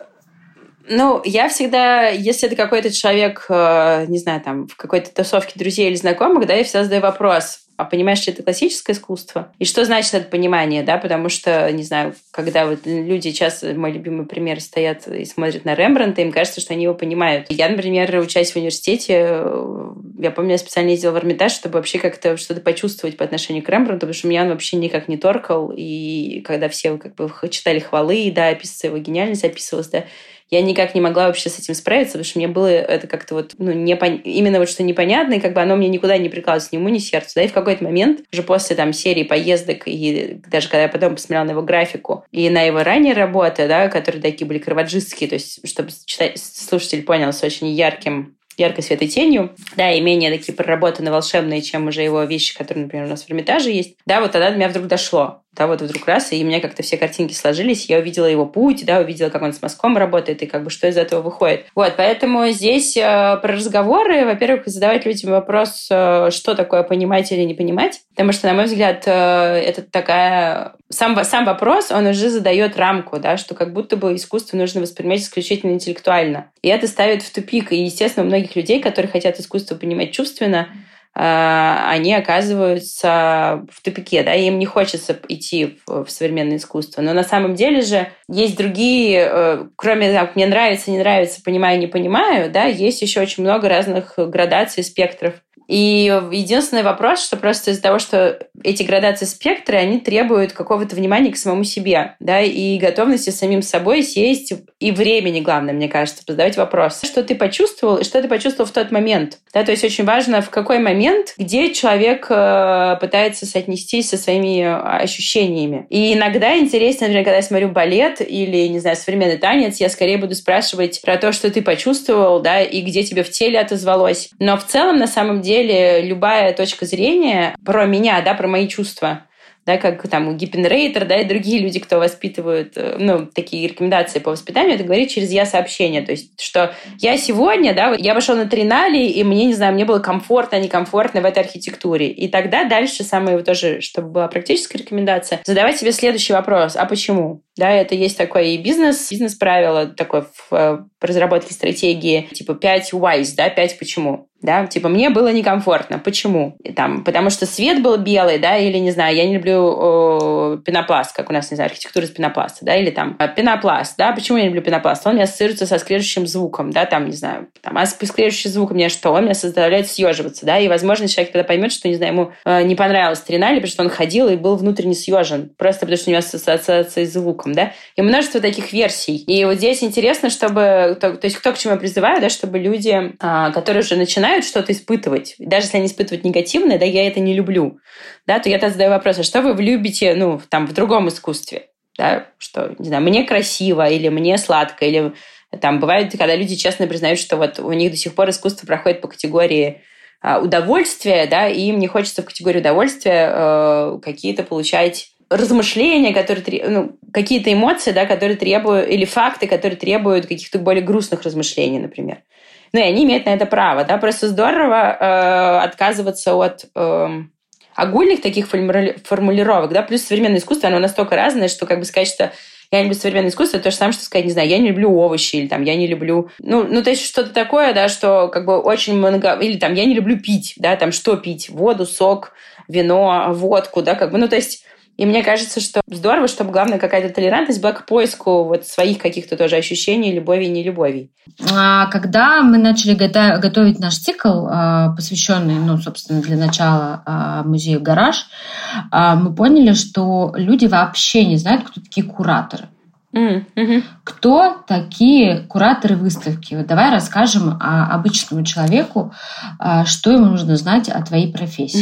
Ну, я всегда, если это какой-то человек, не знаю, там, в какой-то тусовке друзей или знакомых, да, я всегда задаю вопрос, а понимаешь ли это классическое искусство? И что значит это понимание, да? Потому что, не знаю, когда вот люди часто, мой любимый пример, стоят и смотрят на Рембрандта, им кажется, что они его понимают. Я, например, учась в университете, я помню, я специально ездила в Эрмитаж, чтобы вообще как-то что-то почувствовать по отношению к Рембрандту, потому что меня он вообще никак не торкал. И когда все как бы читали хвалы, да, описывая его гениальность, описывалась, да, я никак не могла вообще с этим справиться, потому что мне было это как-то вот, ну, непон... именно вот что непонятно, и как бы оно мне никуда не прикладывалось, ни уму, ни сердцу. Да, и в какой-то момент, уже после там серии поездок, и даже когда я потом посмотрела на его графику, и на его ранние работы, да, которые такие были караваджистские, то есть, чтобы читать... слушатель понял, с очень ярким яркой светлой тенью, да, и менее такие проработанные, волшебные, чем уже его вещи, которые, например, у нас в Эрмитаже есть. Да, вот тогда до меня вдруг дошло. Да, вот вдруг раз, и у меня как-то все картинки сложились, я увидела его путь, да, увидела, как он с мазком работает, и как бы что из этого выходит. Вот, поэтому здесь э, про разговоры, во-первых, задавать людям вопрос, э, что такое понимать или не понимать, потому что, на мой взгляд, э, это такая... Сам, сам вопрос, он уже задает рамку, да, что как будто бы искусство нужно воспринимать исключительно интеллектуально. И это ставит в тупик. И, естественно, у многих людей, которые хотят искусство понимать чувственно, они оказываются в тупике, да, и им не хочется идти в, в современное искусство. Но на самом деле же есть другие, кроме там, мне нравится, не нравится, понимаю, не понимаю, да, есть еще очень много разных градаций, спектров. И единственный вопрос, что просто из-за того, что эти градации спектры, они требуют какого-то внимания к самому себе, да, и готовности самим собой сесть, и времени, главное, мне кажется, задавать вопрос. Что ты почувствовал, и что ты почувствовал в тот момент? Да, то есть очень важно, в какой момент, где человек пытается соотнестись со своими ощущениями. И иногда интересно, например, когда я смотрю балет или, не знаю, современный танец, я скорее буду спрашивать про то, что ты почувствовал, да, и где тебе в теле отозвалось. Но в целом, на самом деле, любая точка зрения про меня, да, про мои чувства, да, как там у Гиппенрейтер, да, и другие люди, кто воспитывают, ну, такие рекомендации по воспитанию, это говорит через я-сообщение. То есть, что я сегодня, да, вот я пошел на триеннале, и мне, не знаю, мне было комфортно, некомфортно в этой архитектуре. И тогда дальше, самое тоже, чтобы была практическая рекомендация, задавать себе следующий вопрос. А почему? Да, это есть такое и бизнес, бизнес-правило такое в разработке стратегии, типа пять whys, да, пять почему. Да, типа, мне было некомфортно. Почему? И там, потому что свет был белый, да, или, не знаю, я не люблю о, пенопласт, как у нас, не знаю, архитектура из пенопласта, да, или там пенопласт, да, почему я не люблю пенопласт? Он у меня ассоциируется со скрежещим звуком, да, там, не знаю, там, а скрежещий звук у меня что? Он меня заставляет съеживаться, да, и, возможно, человек тогда поймет, что, не знаю, ему э, не понравилось триеннале, потому что он ходил и был внутренне съежен, просто потому что у него ассоциация с звуком, да, и множество таких версий. И вот здесь интересно, чтобы, то, то есть кто к чему я призываю, да, чтобы люди, э, которые уже начинают что-то испытывать, даже если они испытывают негативное, да, я это не люблю, да, то я тогда задаю вопрос, а что вы любите, ну, там, в другом искусстве, да, что, не знаю, мне красиво, или мне сладко, или там бывает, когда люди честно признают, что вот у них до сих пор искусство проходит по категории а, удовольствия, да, и им не хочется в категории удовольствия э, какие-то получать размышления, которые, ну, какие-то эмоции, да, которые требуют, или факты, которые требуют каких-то более грустных размышлений, например. Ну, и они имеют на это право, да, просто здорово э, отказываться от э, огульных таких формулировок, да, плюс современное искусство, оно настолько разное, что, как бы сказать, что я не люблю современное искусство, это то же самое, что сказать, не знаю, я не люблю овощи, или там, я не люблю... Ну, ну то есть что-то такое, да, что как бы очень много... Или там, я не люблю пить, да, там, что пить? Воду, сок, вино, водку, да, как бы, ну, то есть... И мне кажется, что здорово, чтобы, главное, какая-то толерантность была к поиску вот своих каких-то тоже ощущений, любови и нелюбовей. Когда мы начали готовить наш цикл, посвященный, ну, собственно, для начала музею «Гараж», мы поняли, что люди вообще не знают, кто такие кураторы. Mm-hmm. Кто такие кураторы выставки? Вот давай расскажем обычному человеку, что ему нужно знать о твоей профессии.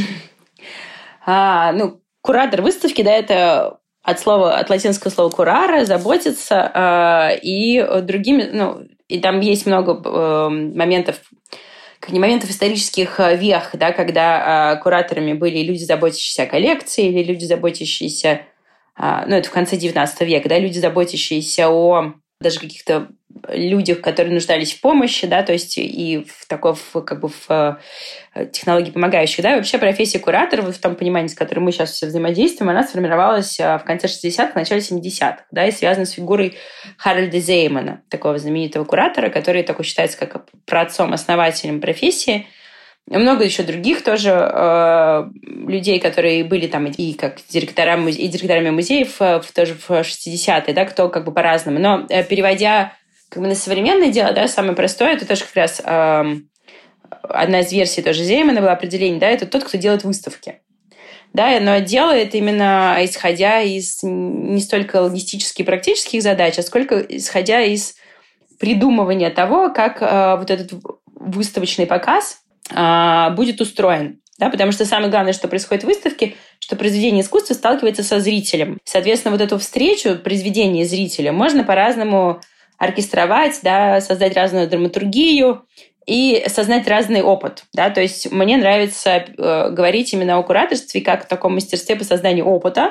А, ну, куратор выставки, да, это от слова, от латинского слова «курара», заботиться, э, и другими, ну, и там есть много э, моментов, как не моментов исторических вех, да, когда э, кураторами были люди, заботящиеся о коллекции, или люди, заботящиеся, э, ну, это в конце девятнадцатого века, да, люди, заботящиеся о даже каких-то людях, которые нуждались в помощи, да, то есть и в такой, в, как бы в технологии помогающих, да, и вообще профессия куратора, вот в том понимании, с которым мы сейчас все взаимодействуем, она сформировалась в конце шестидесятых, в начале семидесятых, да, и связана с фигурой Харальда Зеймана, такого знаменитого куратора, который такой считается как праотцом-основателем профессии. Много еще других тоже э, людей, которые были там и как директорами, и директорами музеев э, тоже в шестидесятые, да, кто как бы по-разному. Но э, переводя как бы на современное дело, да, самое простое, это тоже как раз э, одна из версий тоже Зеймана была определение, да, это тот, кто делает выставки. Да, но делает именно исходя из не столько логистических и практических задач, а сколько исходя из придумывания того, как э, вот этот выставочный показ будет устроен. Да, потому что самое главное, что происходит в выставке, что произведение искусства сталкивается со зрителем. Соответственно, вот эту встречу произведения зрителя можно по-разному оркестровать, да, создать разную драматургию и создать разный опыт. Да? То есть мне нравится э, говорить именно о кураторстве как о таком мастерстве по созданию опыта,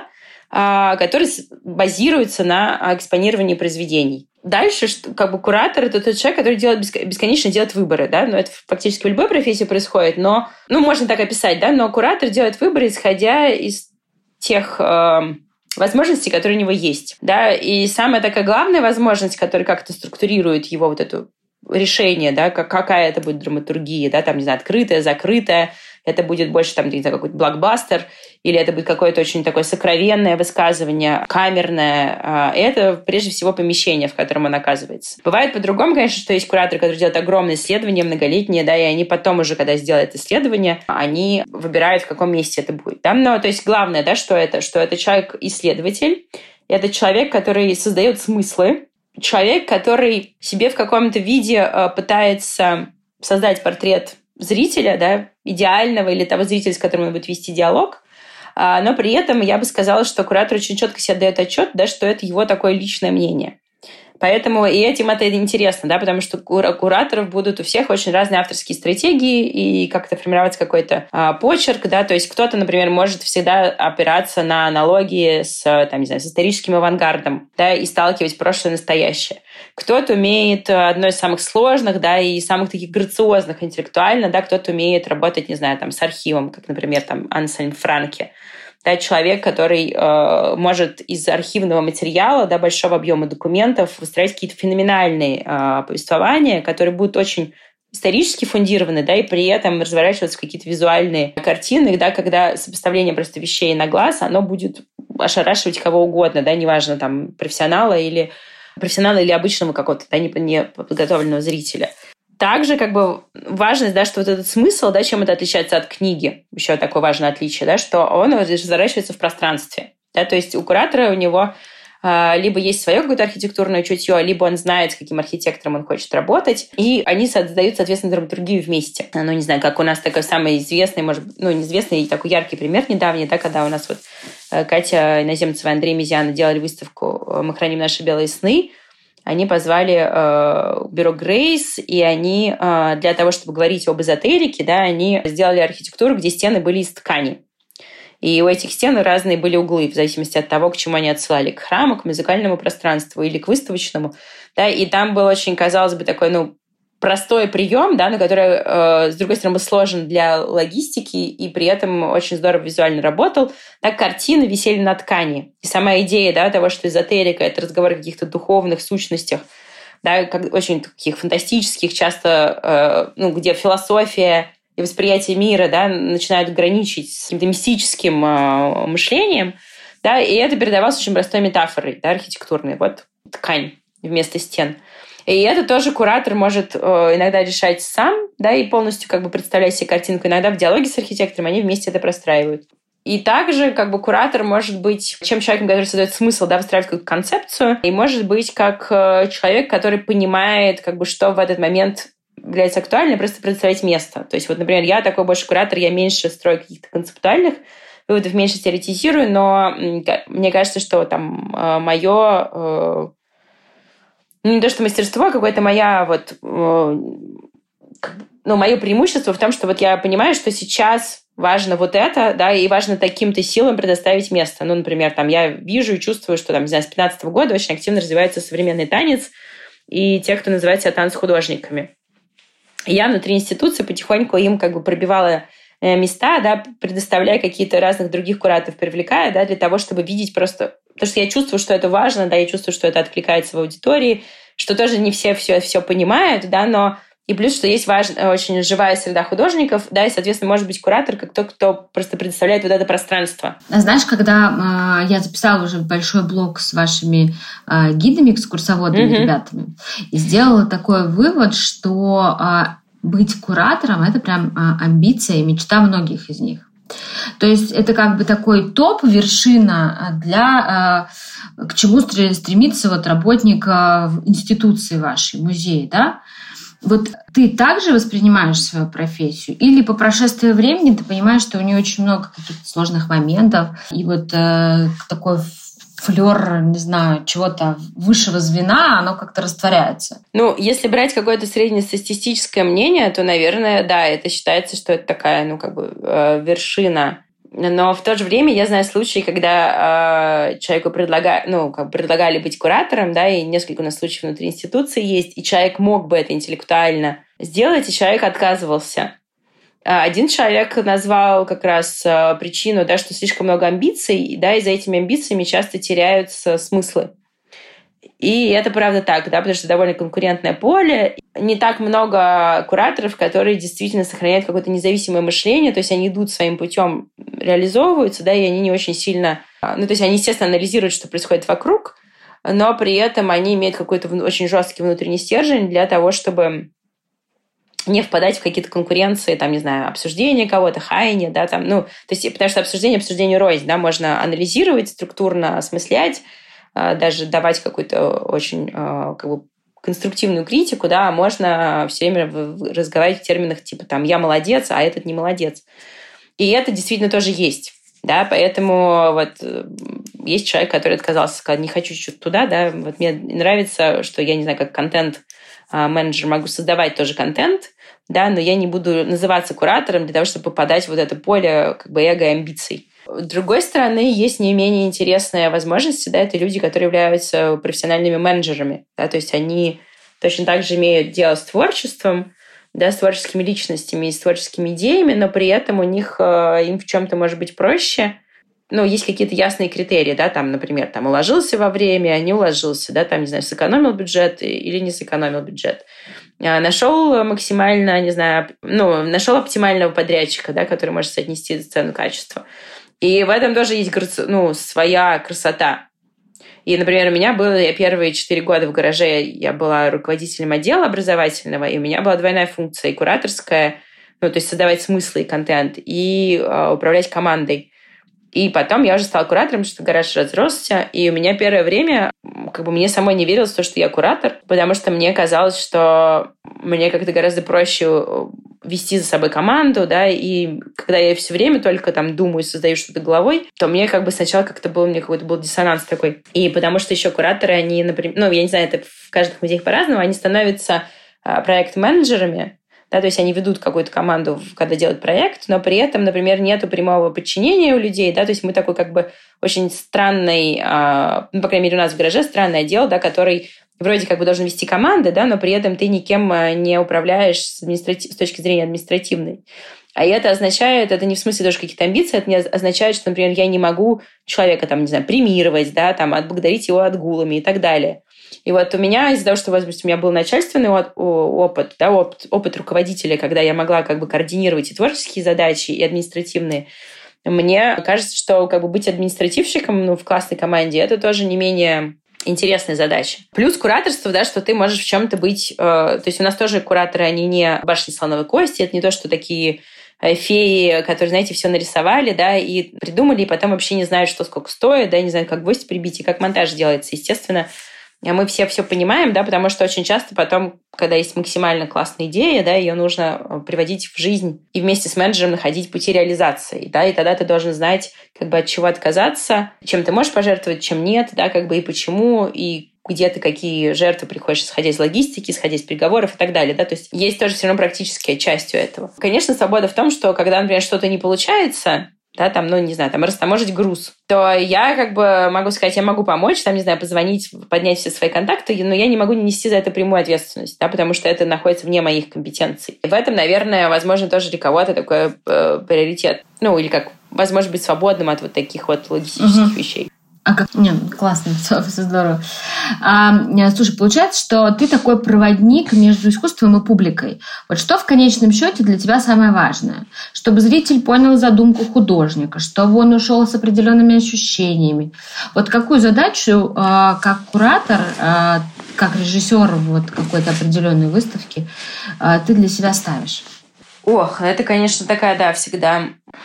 э, который базируется на экспонировании произведений. Дальше, как бы куратор – это тот человек, который делает, бесконечно делает выборы, да, но это практически в любой профессии происходит, но, ну, можно так описать, да, но куратор делает выборы, исходя из тех э, возможностей, которые у него есть, да, и самая такая главная возможность, которая как-то структурирует его вот это решение, да, как, какая это будет драматургия, да, там, не знаю, открытая, закрытая, это будет больше, там, не знаю, какой-то блокбастер, или это будет какое-то очень такое сокровенное высказывание, камерное. Это, прежде всего, помещение, в котором он оказывается. Бывает по-другому, конечно, что есть кураторы, которые делают огромные исследования, многолетние, да, и они потом уже, когда сделают исследование, они выбирают, в каком месте это будет. Да? Но, то есть, главное, да, что это? Что это человек-исследователь, это человек, который создает смыслы, человек, который себе в каком-то виде пытается создать портрет зрителя, да, идеального или того зрителя, с которым он будет вести диалог, но при этом я бы сказала, что куратор очень четко себе отдает отчет, да, что это его такое личное мнение. Поэтому и этим это интересно, да, потому что у кураторов будут у всех очень разные авторские стратегии и как-то формироваться какой-то а, почерк, да, то есть кто-то, например, может всегда опираться на аналогии с, там, не знаю, с историческим авангардом, да, и сталкивать прошлое и настоящее. Кто-то умеет одно из самых сложных, да, и самых таких грациозных интеллектуально, да, кто-то умеет работать, не знаю, там, с архивом, как, например, там, Ансельм Франке. Да, человек, который э, может из архивного материала, да, большого объема документов выстраивать какие-то феноменальные э, повествования, которые будут очень исторически фундированы, да, и при этом разворачиваться в какие-то визуальные картины, да, когда сопоставление просто вещей на глаз, оно будет ошарашивать кого угодно, да, неважно, там, профессионала или профессионала или обычного какого-то, да, неподготовленного зрителя. Также как бы важность, да, что вот этот смысл, да, чем это отличается от книги, еще такое важное отличие, да, что он разворачивается в пространстве. Да, то есть у куратора у него э, либо есть свое какое-то архитектурное чутье, либо он знает, с каким архитектором он хочет работать, и они создают, соответственно, драматургию вместе. Ну, не знаю, как у нас такой самый известный, может быть, ну, неизвестный, такой яркий пример недавний, да, когда у нас вот Катя Иноземцева и Андрей Мезиан делали выставку «Мы храним наши белые сны». Они позвали э, бюро Грейс, и они э, для того, чтобы говорить об эзотерике, да, они сделали архитектуру, где стены были из ткани. И у этих стен разные были углы, в зависимости от того, к чему они отсылали. К храму, к музыкальному пространству или к выставочному. Да, и там был очень, казалось бы, такой, ну, простой прием, да, но который, э, с другой стороны, сложен для логистики и при этом очень здорово визуально работал. Так картины висели на ткани. И сама идея, да, того, что эзотерика — это разговор о каких-то духовных сущностях, да, как, очень таких фантастических, часто, э, ну, где философия и восприятие мира, да, начинают граничить с каким-то мистическим э, мышлением, да, и это передавалось очень простой метафорой, да, архитектурной. Вот ткань вместо стен. И это тоже куратор может э, иногда решать сам, да, и полностью как бы представлять себе картинку. Иногда в диалоге с архитектором они вместе это простраивают. И также как бы куратор может быть чем человеком, который создает смысл, да, выстраивать какую-то концепцию, и может быть как э, человек, который понимает, как бы, что в этот момент является актуальным, просто представить место. То есть вот, например, я такой больше куратор, я меньше строю каких-то концептуальных выводов, меньше теоретизирую, но мне кажется, что там э, мое... Э, Ну, не то, что мастерство, а какое-то моя вот, ну, мое преимущество в том, что вот я понимаю, что сейчас важно вот это, да, и важно таким-то силам предоставить место. Ну, например, там я вижу и чувствую, что там, не знаю, с пятнадцатого года очень активно развивается современный танец и те, кто называет себя танцхудожниками. И я внутри институции потихоньку им как бы пробивала места, да, предоставляя какие-то разных других кураторов, привлекая, да, для того, чтобы видеть просто... Потому что я чувствую, что это важно, да, я чувствую, что это откликается в аудитории, что тоже не все все, все понимают, да, но и плюс, что есть важная, очень живая среда художников, да, и, соответственно, может быть куратор как тот, кто просто предоставляет вот это пространство. Знаешь, когда э, я записала уже большой блог с вашими э, гидами, экскурсоводами, mm-hmm. ребятами, и сделала такой вывод, что э, быть куратором — это прям э, амбиция и мечта многих из них. То есть это как бы такой топ, вершина для э, к чему стремится вот работник э, институции вашей, музея, да? Вот ты также воспринимаешь свою профессию? Или по прошествии времени ты понимаешь, что у нее очень много каких-то сложных моментов, и вот э, такой флёр, не знаю, чего-то высшего звена, оно как-то растворяется? Ну, если брать какое-то среднестатистическое мнение, то, наверное, да, это считается, что это такая, ну, как бы э, вершина. Но в то же время я знаю случаи, когда э, человеку предлагали, ну, как бы предлагали быть куратором, да, и несколько у нас случаев внутри институции есть, и человек мог бы это интеллектуально сделать, и человек отказывался. Один человек назвал как раз причину, да, что слишком много амбиций, да, и за этими амбициями часто теряются смыслы. И это правда так, да, потому что довольно конкурентное поле. Не так много кураторов, которые действительно сохраняют какое-то независимое мышление, то есть они идут своим путем, реализовываются, да, и они не очень сильно... Ну, то есть они, естественно, анализируют, что происходит вокруг, но при этом они имеют какой-то очень жесткий внутренний стержень для того, чтобы не впадать в какие-то конкуренции, там, не знаю, обсуждение кого-то, хаяние, да, там, ну, то есть, потому что обсуждение обсуждению рознь, да, можно анализировать, структурно осмыслять, даже давать какую-то очень как бы конструктивную критику, да, можно все время разговаривать в терминах типа там «я молодец», а этот не молодец. И это действительно тоже есть, да, поэтому вот есть человек, который отказался, сказал, не хочу что-то туда, да, вот мне нравится, что я, не знаю, как контент-менеджер могу создавать тоже контент, да, но я не буду называться куратором для того, чтобы попадать в вот это поле как бы эго и амбиций. С другой стороны, есть не менее интересные возможности, да, это люди, которые являются профессиональными менеджерами, да, то есть они точно так же имеют дело с творчеством, да, с творческими личностями и с творческими идеями, но при этом у них им в чем-то может быть проще. Ну, есть какие-то ясные критерии, да, там, например, там, уложился во время, не уложился, да, там, не знаю, сэкономил бюджет или не сэкономил бюджет. Нашел максимально, не знаю, ну, нашел оптимального подрядчика, да, который может соотнести цену-качество. И в этом тоже есть, ну, своя красота. И, например, у меня было, я первые четыре года в гараже, я была руководителем отдела образовательного, и у меня была двойная функция, и кураторская, ну, то есть создавать смыслы и контент, и э, управлять командой. И потом я уже стала куратором, потому что гараж разросся, и у меня первое время, как бы мне самой не верилось в то, что я куратор, потому что мне казалось, что мне как-то гораздо проще вести за собой команду, да, и когда я все время только там думаю, создаю что-то головой, то мне как бы сначала как-то был, мне какой-то был диссонанс такой. И потому что еще кураторы, они, например, ну, я не знаю, это в каждом музее по-разному, они становятся проект-менеджерами, да, то есть они ведут какую-то команду, когда делают проект, но при этом, например, нету прямого подчинения у людей, да, то есть мы такой как бы очень странный, ну, по крайней мере, у нас в гараже странный отдел, да, который вроде как бы должен вести команды, да, но при этом ты никем не управляешь с, административ... с точки зрения административной. А это означает, это не в смысле тоже какие-то амбиции, это не означает, что, например, я не могу человека, там, не знаю, премировать, да, там, отблагодарить его отгулами и так далее. И вот у меня, из-за того, что, возможно, у меня был начальственный опыт, да, опыт, опыт руководителя, когда я могла как бы координировать и творческие задачи, и административные, мне кажется, что как бы быть административщиком, ну, в классной команде, это тоже не менее интересная задача. Плюс кураторство, да, что ты можешь в чем-то быть... Э, то есть у нас тоже кураторы, они не башни слоновой кости, это не то, что такие феи, которые, знаете, все нарисовали, да, и придумали, и потом вообще не знают, что сколько стоит, да, не знают, как гвоздь прибить и как монтаж делается. Естественно, мы все все понимаем, да, потому что очень часто потом, когда есть максимально классная идея, да, ее нужно приводить в жизнь и вместе с менеджером находить пути реализации, да, и тогда ты должен знать, как бы от чего отказаться, чем ты можешь пожертвовать, чем нет, да, как бы и почему, и где ты какие жертвы приходишь, исходя из логистики, исходя из переговоров и так далее, да, то есть есть тоже все равно практическая часть у этого. Конечно, свобода в том, что когда, например, что-то не получается, да, там, ну, не знаю, там, растаможить груз, то я как бы могу сказать, я могу помочь, там, не знаю, позвонить, поднять все свои контакты, но я не могу не нести за это прямую ответственность, да, потому что это находится вне моих компетенций. И в этом, наверное, возможно, тоже для кого-то такой э, приоритет. Ну, или как возможность быть свободным от вот таких вот логистических угу. вещей. А как? Нет, классно, все, все здорово. А, слушай, получается, что ты такой проводник между искусством и публикой. Вот что в конечном счете для тебя самое важное? Чтобы зритель понял задумку художника, чтобы он ушел с определенными ощущениями. Вот какую задачу, как куратор, как режиссер вот какой-то определенной выставки, ты для себя ставишь? Ох, это, конечно, такая, да, всегда...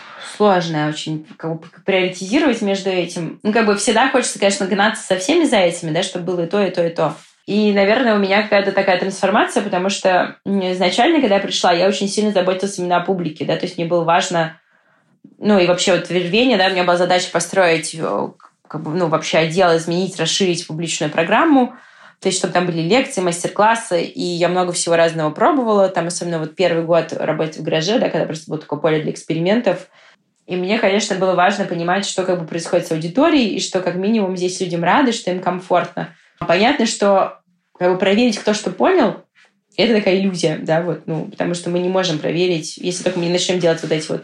сложно очень как бы, приоритизировать между этим. Ну, как бы всегда хочется, конечно, гнаться со всеми за этими, да, чтобы было и то, и то, и то. И, наверное, у меня какая-то такая трансформация, потому что изначально, когда я пришла, я очень сильно заботилась именно о публике, да, то есть мне было важно, ну, и вообще вот в Вервене, да, у меня была задача построить, как бы, ну, вообще отдел, изменить, расширить публичную программу, то есть, чтобы там были лекции, мастер-классы, и я много всего разного пробовала, там, особенно вот первый год работать в гараже, да, когда просто было такое поле для экспериментов. И мне, конечно, было важно понимать, что как бы происходит с аудиторией, и что как минимум здесь людям рады, что им комфортно. Понятно, что как бы проверить, кто что понял, это такая иллюзия, да, вот, ну, потому что мы не можем проверить, если только мы не начнем делать вот эти вот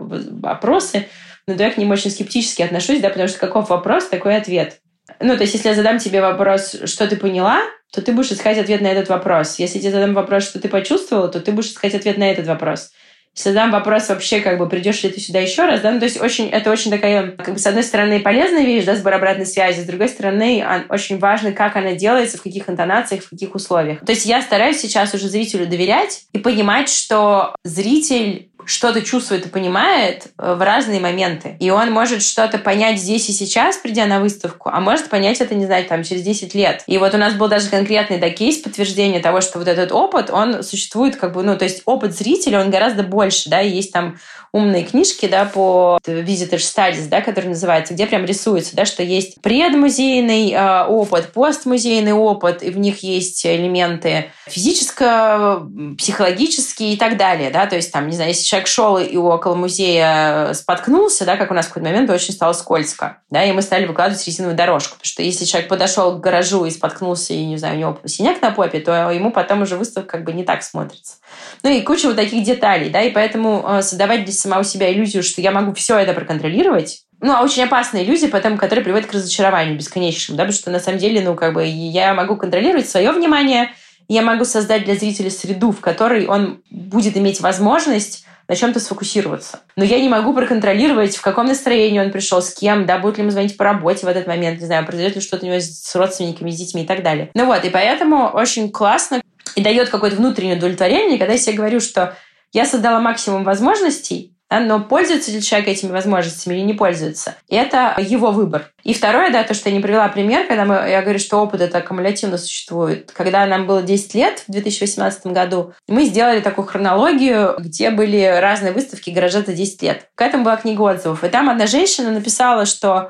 опросы, но то я к ним очень скептически отношусь, да, потому что каков вопрос, такой ответ. Ну, то есть, если я задам тебе вопрос, что ты поняла, то ты будешь искать ответ на этот вопрос. Если я тебе задам вопрос, что ты почувствовала, то ты будешь искать ответ на этот вопрос. Если задам вопрос вообще, как бы, придешь ли ты сюда еще раз, да, ну, то есть очень, это очень такая, как бы, с одной стороны, полезная вещь, да, сбор обратной связи, с другой стороны, очень важно, как она делается, в каких интонациях, в каких условиях. То есть я стараюсь сейчас уже зрителю доверять и понимать, что зритель что-то чувствует и понимает в разные моменты. И он может что-то понять здесь и сейчас, придя на выставку, а может понять это, не знаю, там, через десять лет. И вот у нас был даже конкретный, да, кейс подтверждения того, что вот этот опыт, он существует как бы, ну, то есть опыт зрителя, он гораздо больше, да, и есть там умные книжки, да, по Visitor Studies, да, которые называются, где прям рисуется, да, что есть предмузейный э, опыт, постмузейный опыт, и в них есть элементы физического, психологические и так далее, да, то есть там, не знаю, если человек шел и около музея споткнулся, да, как у нас в какой-то момент очень стало скользко, да, и мы стали выкладывать резиновую дорожку, потому что если человек подошел к гаражу и споткнулся, и, не знаю, у него синяк на попе, то ему потом уже выставка как бы не так смотрится. Ну и куча вот таких деталей, да, и поэтому э, создавать для самого себя иллюзию, что я могу все это проконтролировать, ну, а очень опасная иллюзия, потом, которая приводит к разочарованию бесконечному, да, потому что на самом деле, ну, как бы я могу контролировать свое внимание, я могу создать для зрителя среду, в которой он будет иметь возможность на чем-то сфокусироваться. Но я не могу проконтролировать, в каком настроении он пришел, с кем, да, будет ли ему звонить по работе в этот момент, не знаю, произойдет ли что-то у него с родственниками, с детьми и так далее. Ну вот, и поэтому очень классно и дает какое-то внутреннее удовлетворение, когда я себе говорю, что я создала максимум возможностей, да, но пользуется ли человек этими возможностями или не пользуется, это его выбор. И второе, да, то, что я не привела пример, когда мы, я говорю, что опыт это аккумулятивно существует. Когда нам было десять лет, в две тысячи восемнадцатом году, мы сделали такую хронологию, где были разные выставки гаража за десять лет. К этому была книга отзывов. И там одна женщина написала, что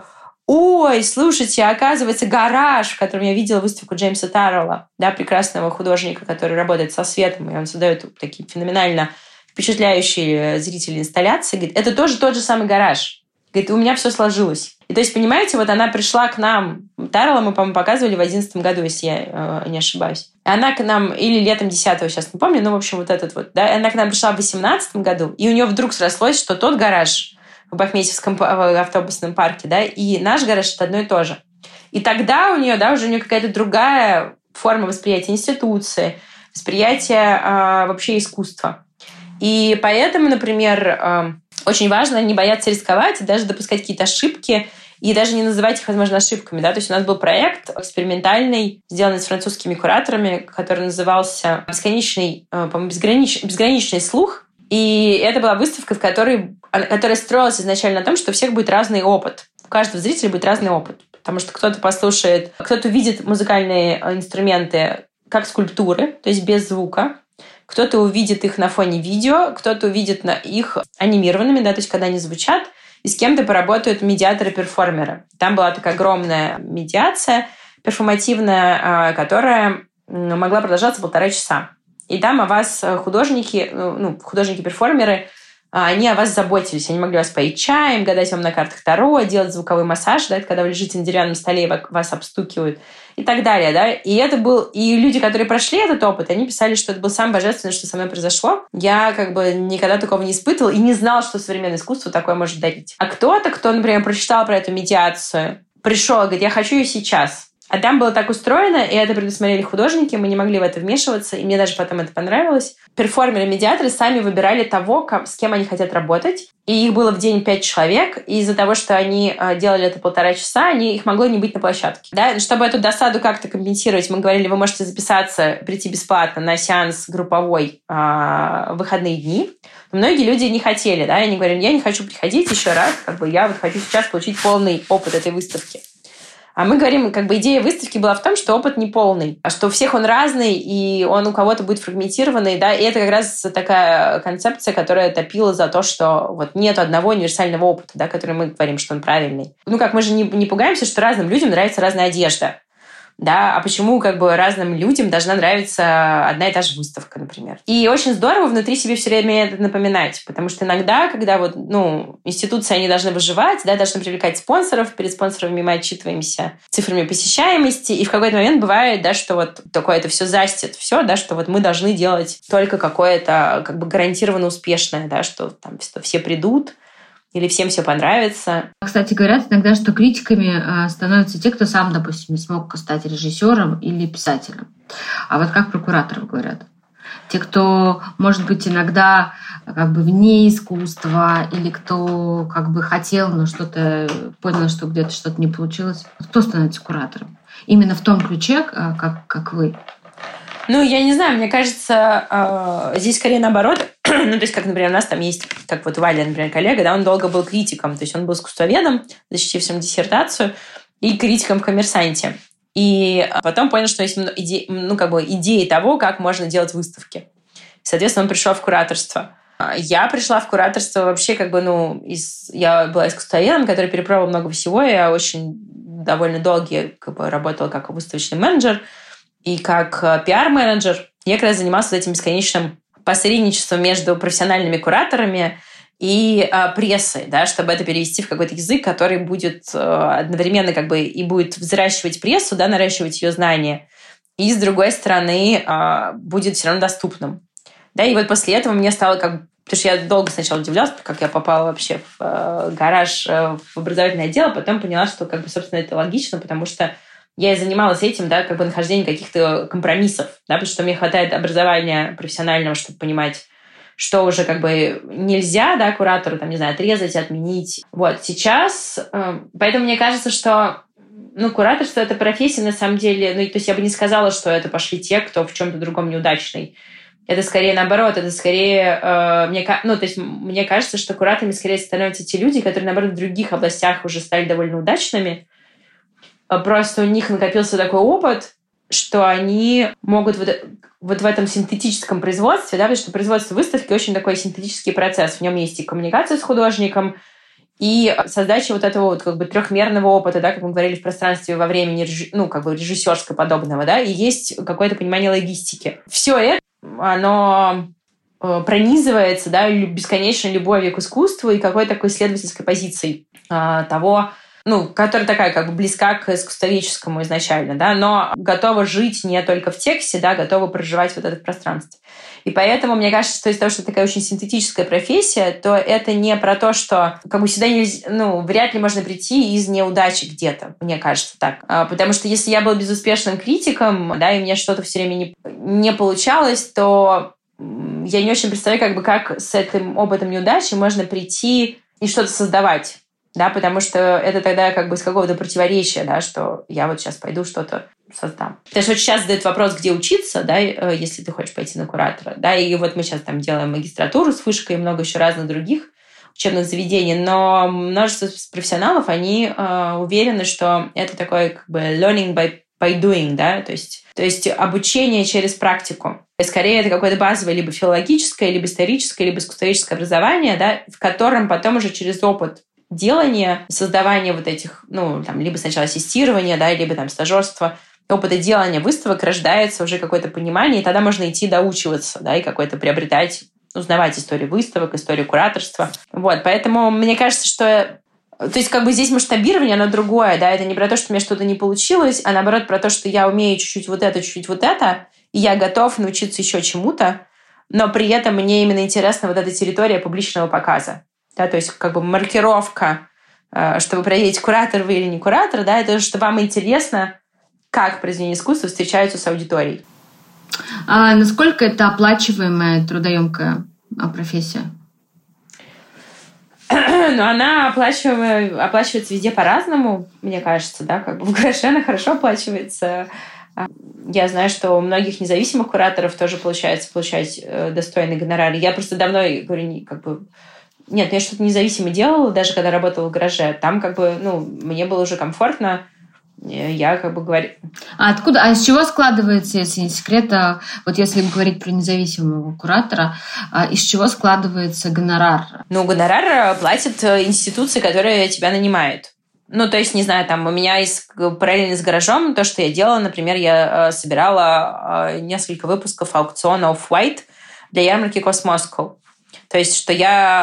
ой, слушайте, оказывается, гараж, в котором я видела выставку Джеймса Таррелла, да, прекрасного художника, который работает со светом, и он создает такие феноменально впечатляющие зрители инсталляции, говорит, это тоже тот же самый гараж. Говорит, у меня все сложилось. И то есть, понимаете, вот она пришла к нам, Тарла мы, по-моему, показывали в одиннадцатом году, если я э, не ошибаюсь. Она к нам, или летом десятого, сейчас не помню, но, в общем, вот этот вот, да, она к нам пришла в восемнадцатом году, и у нее вдруг срослось, что тот гараж в Бахметьевском автобусном парке, да, и наш гараж — это одно и то же. И тогда у нее, да, уже у нее какая-то другая форма восприятия институции, восприятия э, вообще искусства. И поэтому, например, э, очень важно не бояться рисковать и даже допускать какие-то ошибки, и даже не называть их, возможно, ошибками. Да? То есть у нас был проект экспериментальный, сделанный с французскими кураторами, который назывался «Бесконечный, по-моему, безгранич... «Безграничный слух». И это была выставка, в которой, которая строилась изначально на том, что у всех будет разный опыт. У каждого зрителя будет разный опыт. Потому что кто-то послушает, кто-то увидит музыкальные инструменты как скульптуры, то есть без звука. Кто-то увидит их на фоне видео, кто-то увидит их анимированными, да, то есть когда они звучат, и с кем-то поработают медиаторы-перформеры. Там была такая огромная медиация перформативная, которая могла продолжаться полтора часа. И там о вас художники, ну, художники-перформеры, они о вас заботились. Они могли вас поить чаем, гадать вам на картах Таро, делать звуковой массаж, да, это когда вы лежите на деревянном столе и вас обстукивают, и так далее. Да. И это был... И люди, которые прошли этот опыт, они писали, что это был самое божественное, что со мной произошло. Я как бы никогда такого не испытывала и не знала, что современное искусство такое может дарить. А кто-то, кто, например, прочитал про эту медиацию, пришел и говорит, я хочу ее сейчас. А там было так устроено, и это предусмотрели художники, мы не могли в это вмешиваться, и мне даже потом это понравилось. Перформеры-медиаторы сами выбирали того, с кем они хотят работать, и их было в день пять человек, и из-за того, что они делали это полтора часа, они, их могло не быть на площадке. Да? Чтобы эту досаду как-то компенсировать, мы говорили, вы можете записаться, прийти бесплатно на сеанс групповой э, в выходные дни. Но многие люди не хотели, да, и они говорили, я не хочу приходить еще раз, как бы я вот хочу сейчас получить полный опыт этой выставки. А мы говорим, как бы идея выставки была в том, что опыт не полный, а что у всех он разный, и он у кого-то будет фрагментированный, да, и это как раз такая концепция, которая топила за то, что вот нет одного универсального опыта, да, который мы говорим, что он правильный. Ну, как мы же не, не пугаемся, что разным людям нравится разная одежда, да, а почему как бы разным людям должна нравиться одна и та же выставка, например. И очень здорово внутри себе все время это напоминать, потому что иногда, когда вот, ну, институции, они должны выживать, да, должны привлекать спонсоров, перед спонсорами мы отчитываемся цифрами посещаемости, и в какой-то момент бывает, да, что вот такое это все застит, все, да, что вот мы должны делать только какое-то как бы гарантированно успешное, да, что там все придут, или всем все понравится. Кстати, говорят иногда, что критиками становятся те, кто сам, допустим, не смог стать режиссером или писателем. А вот как про кураторов говорят? Те, кто, может быть, иногда как бы вне искусства, или кто как бы хотел, но что-то понял, что где-то что-то не получилось. Кто становится куратором? Именно в том ключе, как, как вы. Ну, я не знаю, мне кажется, здесь скорее наоборот. Ну, то есть, как, например, у нас там есть, как вот Валя, например, коллега, да, он долго был критиком, то есть он был искусствоведом, защитившим диссертацию, и критиком в «Коммерсанте». И потом понял, что есть идеи, ну, как бы идеи того, как можно делать выставки. Соответственно, он пришел в кураторство. Я пришла в кураторство вообще как бы, ну, из... я была искусствоведом, который перепробовал много всего, я очень довольно долгие как бы работала как выставочный менеджер и как пиар-менеджер. Я как раз занималась этим бесконечным посредничеством между профессиональными кураторами и э, прессой, да, чтобы это перевести в какой-то язык, который будет э, одновременно как бы и будет взращивать прессу, да, наращивать ее знания, и, с другой стороны, э, будет все равно доступным. Да, и вот после этого мне стало как бы... Потому что я долго сначала удивлялась, как я попала вообще в э, гараж, э, в образовательное отдел, а потом поняла, что, как бы, собственно, это логично, потому что я и занималась этим, да, как бы нахождением каких-то компромиссов, да, потому что мне хватает образования профессионального, чтобы понимать, что уже как бы нельзя, да, куратору, там, не знаю, отрезать, отменить. Вот, сейчас... Э, поэтому мне кажется, что, ну, кураторство — это профессия, на самом деле, ну, то есть я бы не сказала, что это пошли те, кто в чем-то другом неудачный. Это скорее наоборот, это скорее... Э, мне, ну, то есть мне кажется, что кураторами скорее становятся те люди, которые, наоборот, в других областях уже стали довольно удачными. Просто у них накопился такой опыт, что они могут вот, вот в этом синтетическом производстве, да, потому что производство выставки очень такой синтетический процесс. В нем есть и коммуникация с художником, и создача вот этого вот как бы трехмерного опыта, да, как мы говорили, в пространстве во времени, ну, как бы режиссерско-подобного, да, и есть какое-то понимание логистики. Все это, оно пронизывается, да, бесконечной любовью к искусству и какой-то такой исследовательской позицией. э, того, ну, которая такая как бы близка к искусствоведческому изначально, да, но готова жить не только в тексте, да, готова проживать вот это в пространстве. И поэтому мне кажется, что из-за того, что это такая очень синтетическая профессия, то это не про то, что как бы сюда нельзя, ну, вряд ли можно прийти из неудачи где-то, мне кажется так. Потому что если я был безуспешным критиком, да, и мне что-то все время не, не получалось, то я не очень представляю, как бы, как с этим опытом неудачи можно прийти и что-то создавать. Да, потому что это тогда как бы из какого-то противоречия, да, что я вот сейчас пойду что-то создам. Потому что очень часто задают вопрос, где учиться, да, если ты хочешь пойти на куратора. Да, и вот мы сейчас там делаем магистратуру с вышкой и много еще разных других учебных заведений, но множество профессионалов, они э, уверены, что это такое как бы learning by, by doing, да, то есть, то есть обучение через практику. И скорее это какое-то базовое либо филологическое, либо историческое, либо искусствоведческое образование, да, в котором потом уже через опыт делания, создавания вот этих, ну, там, либо сначала ассистирования, да, либо там стажерства, опыта делания выставок рождается уже какое-то понимание, и тогда можно идти доучиваться, да, и какое-то приобретать, узнавать историю выставок, историю кураторства. Вот, поэтому мне кажется, что... То есть как бы здесь масштабирование, оно другое, да, это не про то, что у меня что-то не получилось, а наоборот про то, что я умею чуть-чуть вот это, чуть-чуть вот это, и я готов научиться еще чему-то, но при этом мне именно интересна вот эта территория публичного показа. Да, то есть как бы маркировка, чтобы проверить, куратор вы или не куратор, да, это что вам интересно, как произведения искусства встречаются с аудиторией. А насколько это оплачиваемая, трудоемкая профессия? Ну, она оплачиваемая, оплачивается везде по-разному, мне кажется, да, как бы в гараже она хорошо оплачивается. Я знаю, что у многих независимых кураторов тоже получается получать достойный гонорар. Я просто давно говорю, как бы... Нет, я что-то независимо делала, даже когда работала в гараже. Там как бы, ну, мне было уже комфортно. Я как бы говорю... А откуда, а из чего складывается, если не секрет, вот если говорить про независимого куратора, из чего складывается гонорар? Ну, гонорар платит институции, которые тебя нанимают. Ну, то есть, не знаю, там у меня есть параллельно с гаражом то, что я делала. Например, я собирала несколько выпусков аукциона Off-White для ярмарки Cosmoscow. То есть, что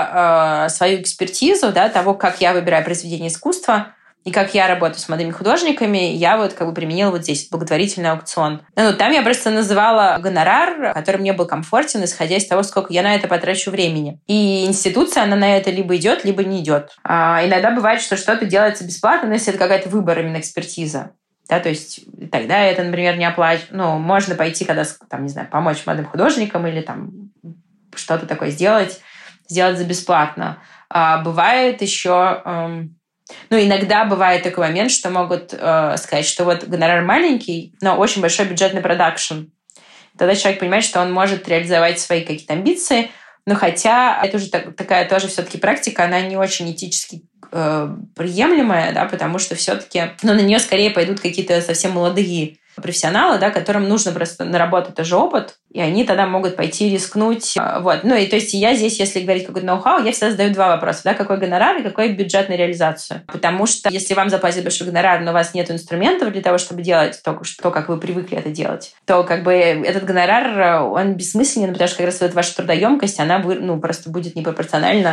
я э, свою экспертизу, да, того, как я выбираю произведение искусства и как я работаю с молодыми художниками, я вот как бы применила вот здесь благотворительный аукцион. Ну, там я просто называла гонорар, который мне был комфортен, исходя из того, сколько я на это потрачу времени. И институция, она на это либо идет, либо не идет. А иногда бывает, что что-то делается бесплатно, но если это какая-то выбор, именно экспертиза. Да, то есть тогда это, например, не оплачивается. Ну, можно пойти, когда, там, не знаю, помочь молодым художникам или там что-то такое сделать, сделать за бесплатно. А бывает еще... Эм, ну, иногда бывает такой момент, что могут э, сказать, что вот гонорар маленький, но очень большой бюджетный продакшн. Тогда человек понимает, что он может реализовать свои какие-то амбиции, но хотя это уже так, такая тоже все-таки практика, она не очень этически э, приемлемая, да, потому что все-таки ну, на нее скорее пойдут какие-то совсем молодые профессионалы, да, которым нужно просто наработать тоже опыт, и они тогда могут пойти рискнуть. Вот. Ну и то есть я здесь, если говорить какой-то ноу-хау, я всегда задаю два вопроса, да, какой гонорар и какой бюджет на реализацию. Потому что если вам заплатят большой гонорар, но у вас нет инструментов для того, чтобы делать то, что, как вы привыкли это делать, то как бы этот гонорар, он бессмысленен, потому что как раз вот ваша трудоемкость, она ну, просто будет непропорциональна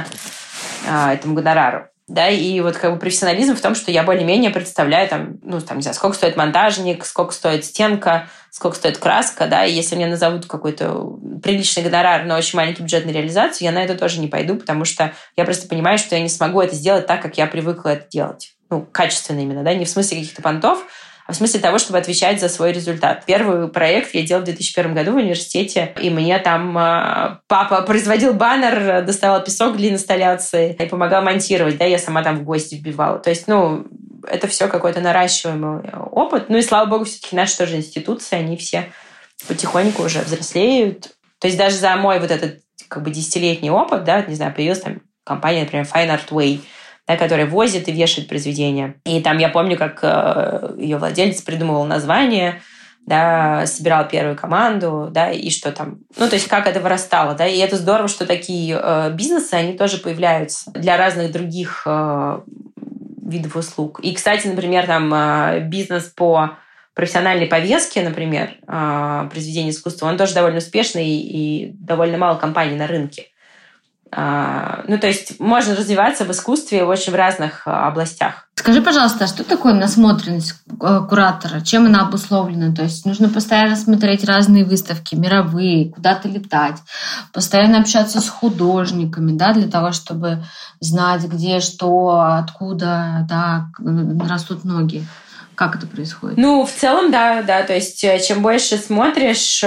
а, этому гонорару. Да, и вот как бы профессионализм в том, что я более-менее представляю, там, ну, там, не знаю, сколько стоит монтажник, сколько стоит стенка, сколько стоит краска, да, и если мне назовут какой-то приличный гонорар, но очень маленький бюджет на реализацию, я на это тоже не пойду, потому что я просто понимаю, что я не смогу это сделать так, как я привыкла это делать. Ну, качественно именно, да, не в смысле каких-то понтов, а в смысле того, чтобы отвечать за свой результат. Первый проект я делала в две тысячи первом году в университете, и мне там э, папа производил баннер, доставал песок для инсталляции и помогал монтировать, да, я сама там в гости вбивала. То есть, ну, это все какой-то наращиваемый опыт. Ну и, слава богу, все-таки наши тоже институции, они все потихоньку уже взрослеют. То есть даже за мой вот этот как бы десятилетний опыт, да, не знаю, появилась там компания, например, Fine Art Way, да, которая возит и вешает произведения. И там я помню, как э, ее владелец придумывал название, да, собирал первую команду, да, и что там... Ну, то есть как это вырастало, да, и это здорово, что такие э, бизнесы, они тоже появляются для разных других э, видов услуг. И, кстати, например, там э, бизнес по профессиональной повестке, например, э, произведения искусства, он тоже довольно успешный и довольно мало компаний на рынке. А, ну, то есть можно развиваться в искусстве очень в разных областях. Скажи, пожалуйста, а что такое насмотренность куратора? Чем она обусловлена? То есть нужно постоянно смотреть разные выставки, мировые, куда-то летать, постоянно общаться с художниками, да, для того, чтобы знать, где, что, откуда, да, растут ноги. Как это происходит? Ну, в целом, да, да. То есть чем больше смотришь,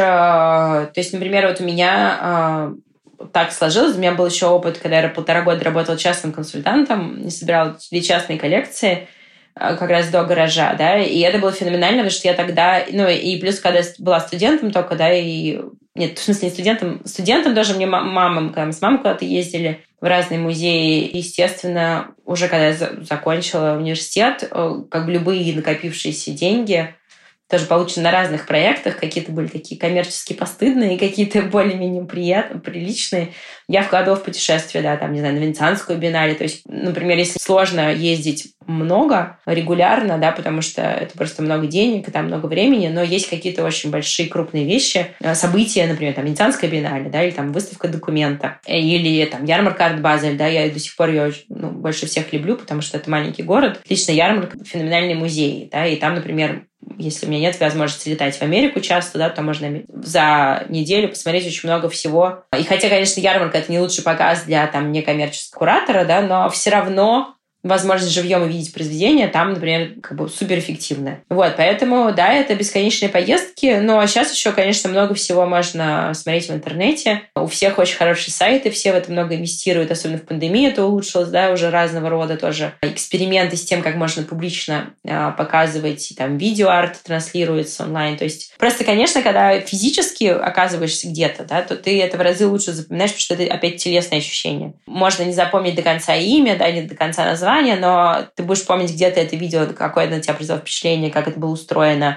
то есть, например, вот у меня так сложилось. У меня был еще опыт, когда я полтора года работала частным консультантом, собирала две частные коллекции как раз до гаража, да, и это было феноменально, потому что я тогда, ну, и плюс, когда я была студентом только, да, и... Нет, в смысле, не студентом, студентом даже мне мама, когда мы с мамой куда-то ездили в разные музеи, естественно, уже когда я закончила университет, как бы любые накопившиеся деньги тоже получены на разных проектах. Какие-то были такие коммерчески постыдные, какие-то более-менее приятные, приличные. Я вкладывала в путешествия, да, там, не знаю, на Венецианскую биеннале. То есть, например, если сложно ездить много, регулярно, да, потому что это просто много денег, и там много времени, но есть какие-то очень большие крупные вещи, события, например, там, Венецианская биеннале, да, или там выставка документа, или там ярмарка Арт-Базель, да, я до сих пор ее ну, больше всех люблю, потому что это маленький город, отличная ярмарка, феноменальные музеи, да, и там, например, если у меня нет возможности летать в Америку часто, да, то можно за неделю посмотреть очень много всего. И хотя, конечно, ярмарка — это не лучший показ для там, некоммерческого куратора, да, но все равно возможность живьем увидеть произведение там, например, как бы суперэффективная. Вот, поэтому, да, это бесконечные поездки, но сейчас еще, конечно, много всего можно смотреть в интернете. У всех очень хорошие сайты, все в это много инвестируют, особенно в пандемию это улучшилось, да, уже разного рода тоже эксперименты с тем, как можно публично э, показывать, там, видеоарт транслируется онлайн. То есть просто, конечно, когда физически оказываешься где-то, да, то ты это в разы лучше запоминаешь, потому что это опять телесное ощущение. Можно не запомнить до конца имя, да, не до конца название, но ты будешь помнить, где ты это видел, какое на тебя произвело впечатление, как это было устроено.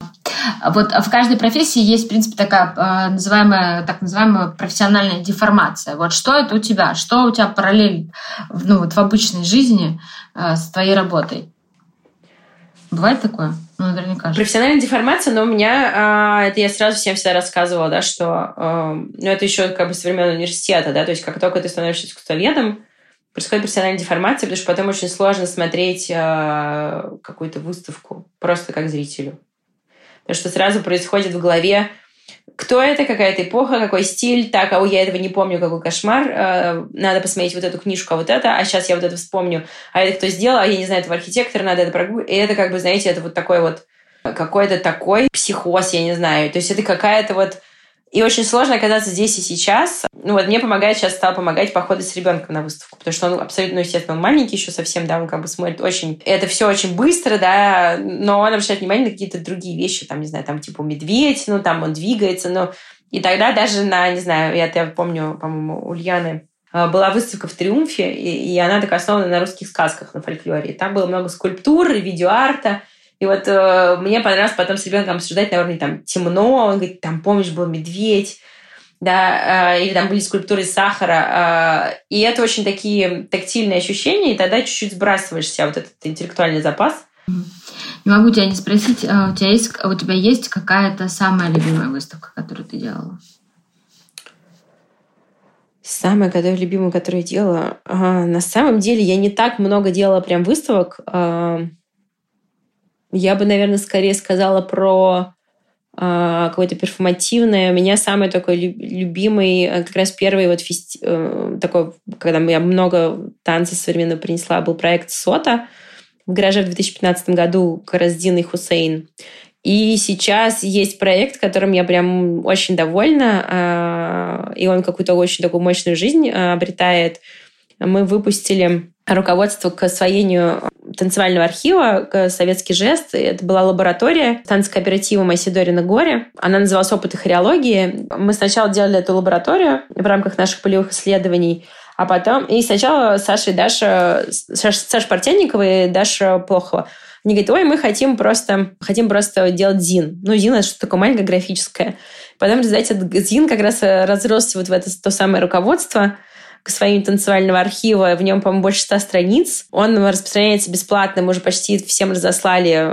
Вот в каждой профессии есть, в принципе, такая называемая, так называемая профессиональная деформация. Вот что это у тебя? Что у тебя параллель ну, вот в обычной жизни с твоей работой? Бывает такое? Ну, наверняка же. Профессиональная деформация, но у меня, это я сразу всем всегда рассказывала, да, что ну, это еще как бы со времен университета, да, то есть как только ты становишься искусствоведом, происходит профессиональная деформация, потому что потом очень сложно смотреть э, какую-то выставку просто как зрителю. Потому что сразу происходит в голове, кто это, какая-то эпоха, какой стиль, так, а я этого не помню, какой кошмар, э, надо посмотреть вот эту книжку, а вот это, а сейчас я вот это вспомню, а это кто сделал, а я не знаю, этого архитектора, надо это прогуглить. И это как бы, знаете, это вот такой вот, какой-то такой психоз, я не знаю. То есть это какая-то вот... И очень сложно оказаться здесь и сейчас. Ну вот мне помогает, сейчас стал помогать походы с ребенком на выставку, потому что он абсолютно, ну, естественно, он маленький еще совсем, да, он как бы смотрит очень... Это все очень быстро, да, но он обращает внимание на какие-то другие вещи, там, не знаю, там типа медведь, ну, там он двигается, ну... И тогда даже на, не знаю, я, я помню, по-моему, у Ульяны была выставка в Триумфе, и, и она так основана на русских сказках, на фольклоре. И там было много скульптур и видеоарта. И вот э, мне понравилось потом с ребенком обсуждать, на уровне там темно, он говорит, там, помнишь, был медведь, да, э, или там были скульптуры из сахара. Э, и это очень такие тактильные ощущения, и тогда чуть-чуть сбрасываешь себя вот этот интеллектуальный запас. Не могу тебя не спросить, а у тебя есть, у тебя есть какая-то самая любимая выставка, которую ты делала? Самая которая, любимая, которую я делала? А, на самом деле я не так много делала прям выставок. А, я бы, наверное, скорее сказала про а, какое-то перформативное. У меня самый такой любимый, как раз первый вот фести... такой, когда я много танца современного принесла, был проект «Сота» в гараже в две тысячи пятнадцатом году, Караздин и Хусейн. И сейчас есть проект, которым я прям очень довольна, и он какую-то очень такую мощную жизнь обретает. Мы выпустили руководство к освоению танцевального архива, «Советский жест». Это была лаборатория танцкооператива Майсидори на горе. Она называлась «Опыты хореологии». Мы сначала делали эту лабораторию в рамках наших полевых исследований, а потом... И сначала Саша и Даша... Саша, Саша Портянникова и Даша Плохова. Они говорят, ой, мы хотим просто, хотим просто делать зин. Ну, зин — это что-то такое маленькое, графическое. Потом, знаете, этот зин как раз разросся вот в это то самое руководство к своему танцевального архива. В нем, по-моему, больше ста страниц. Он распространяется бесплатно. Мы уже почти всем разослали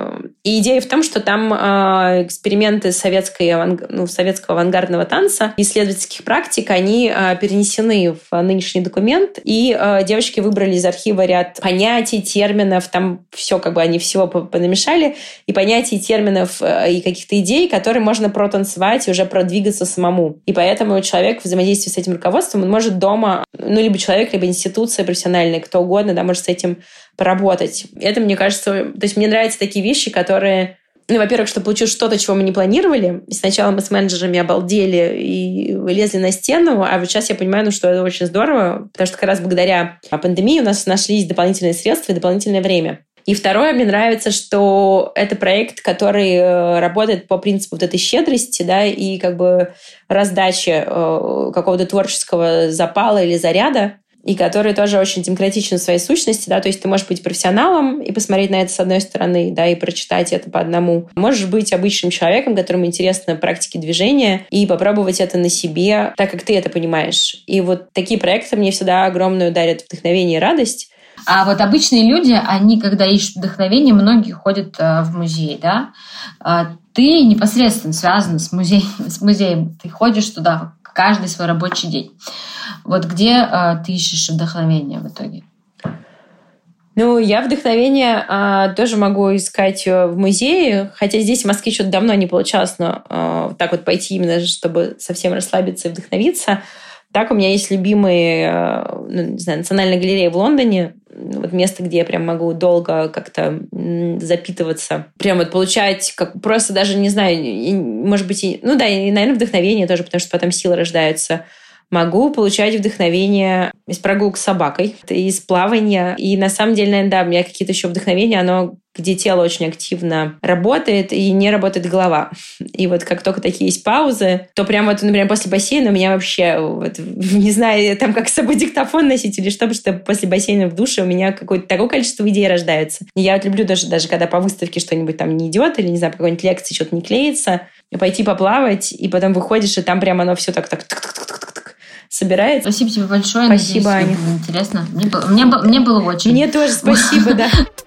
И идея в том, что там э, эксперименты советской, ну, советского авангардного танца, исследовательских практик, они э, перенесены в нынешний документ, и э, девочки выбрали из архива ряд понятий, терминов, там все, как бы они всего понамешали, и понятий, терминов э, и каких-то идей, которые можно протанцевать и уже продвигаться самому. И поэтому человек в взаимодействии с этим руководством, он может дома, ну, либо человек, либо институция профессиональная, кто угодно, да, может с этим поработать. Это, мне кажется, то есть мне нравятся такие вещи, которые, ну, во-первых, что получилось что-то, чего мы не планировали. И сначала мы с менеджерами обалдели и лезли на стену, а вот сейчас я понимаю, ну, что это очень здорово, потому что как раз благодаря пандемии у нас нашлись дополнительные средства и дополнительное время. И второе, мне нравится, что это проект, который работает по принципу вот этой щедрости, да, и как бы раздачи какого-то творческого запала или заряда, и который тоже очень демократичен в своей сущности, да, то есть ты можешь быть профессионалом и посмотреть на это с одной стороны, да, и прочитать это по одному. Можешь быть обычным человеком, которому интересны практики движения, и попробовать это на себе, так как ты это понимаешь. И вот такие проекты мне всегда огромную дарят вдохновение и радость. А вот обычные люди, они, когда ищут вдохновение, многие ходят э, в музей, да? А ты непосредственно связан с музеем, с музеем, ты ходишь туда каждый свой рабочий день. Вот где э, ты ищешь вдохновение в итоге? Ну, я вдохновение э, тоже могу искать в музее, хотя здесь в Москве что-то давно не получалось, но э, так вот пойти именно, чтобы совсем расслабиться и вдохновиться. Так, у меня есть любимые, э, ну, не знаю, Национальная галерея в Лондоне, вот место, где я прям могу долго как-то запитываться, прям вот получать, как просто даже, не знаю, может быть, и, ну да, и, наверное, вдохновение тоже, потому что потом силы рождаются. Могу получать вдохновение из прогулок с собакой, из плавания. И на самом деле, наверное, да, у меня какие-то еще вдохновения, оно где тело очень активно работает и не работает голова. И вот как только такие есть паузы, то прям вот, например, после бассейна у меня вообще, вот, не знаю, там как с собой диктофон носить или что, потому что после бассейна в душе у меня какое-то такое количество идей рождается. И я вот люблю даже, даже когда по выставке что-нибудь там не идет или, не знаю, по какой-нибудь лекции что-то не клеится, пойти поплавать, и потом выходишь, и там прям оно все так так собирается. Спасибо тебе большое. Спасибо, Надеюсь, Аня. Интересно. Мне было, мне, мне было очень. Мне тоже спасибо, да.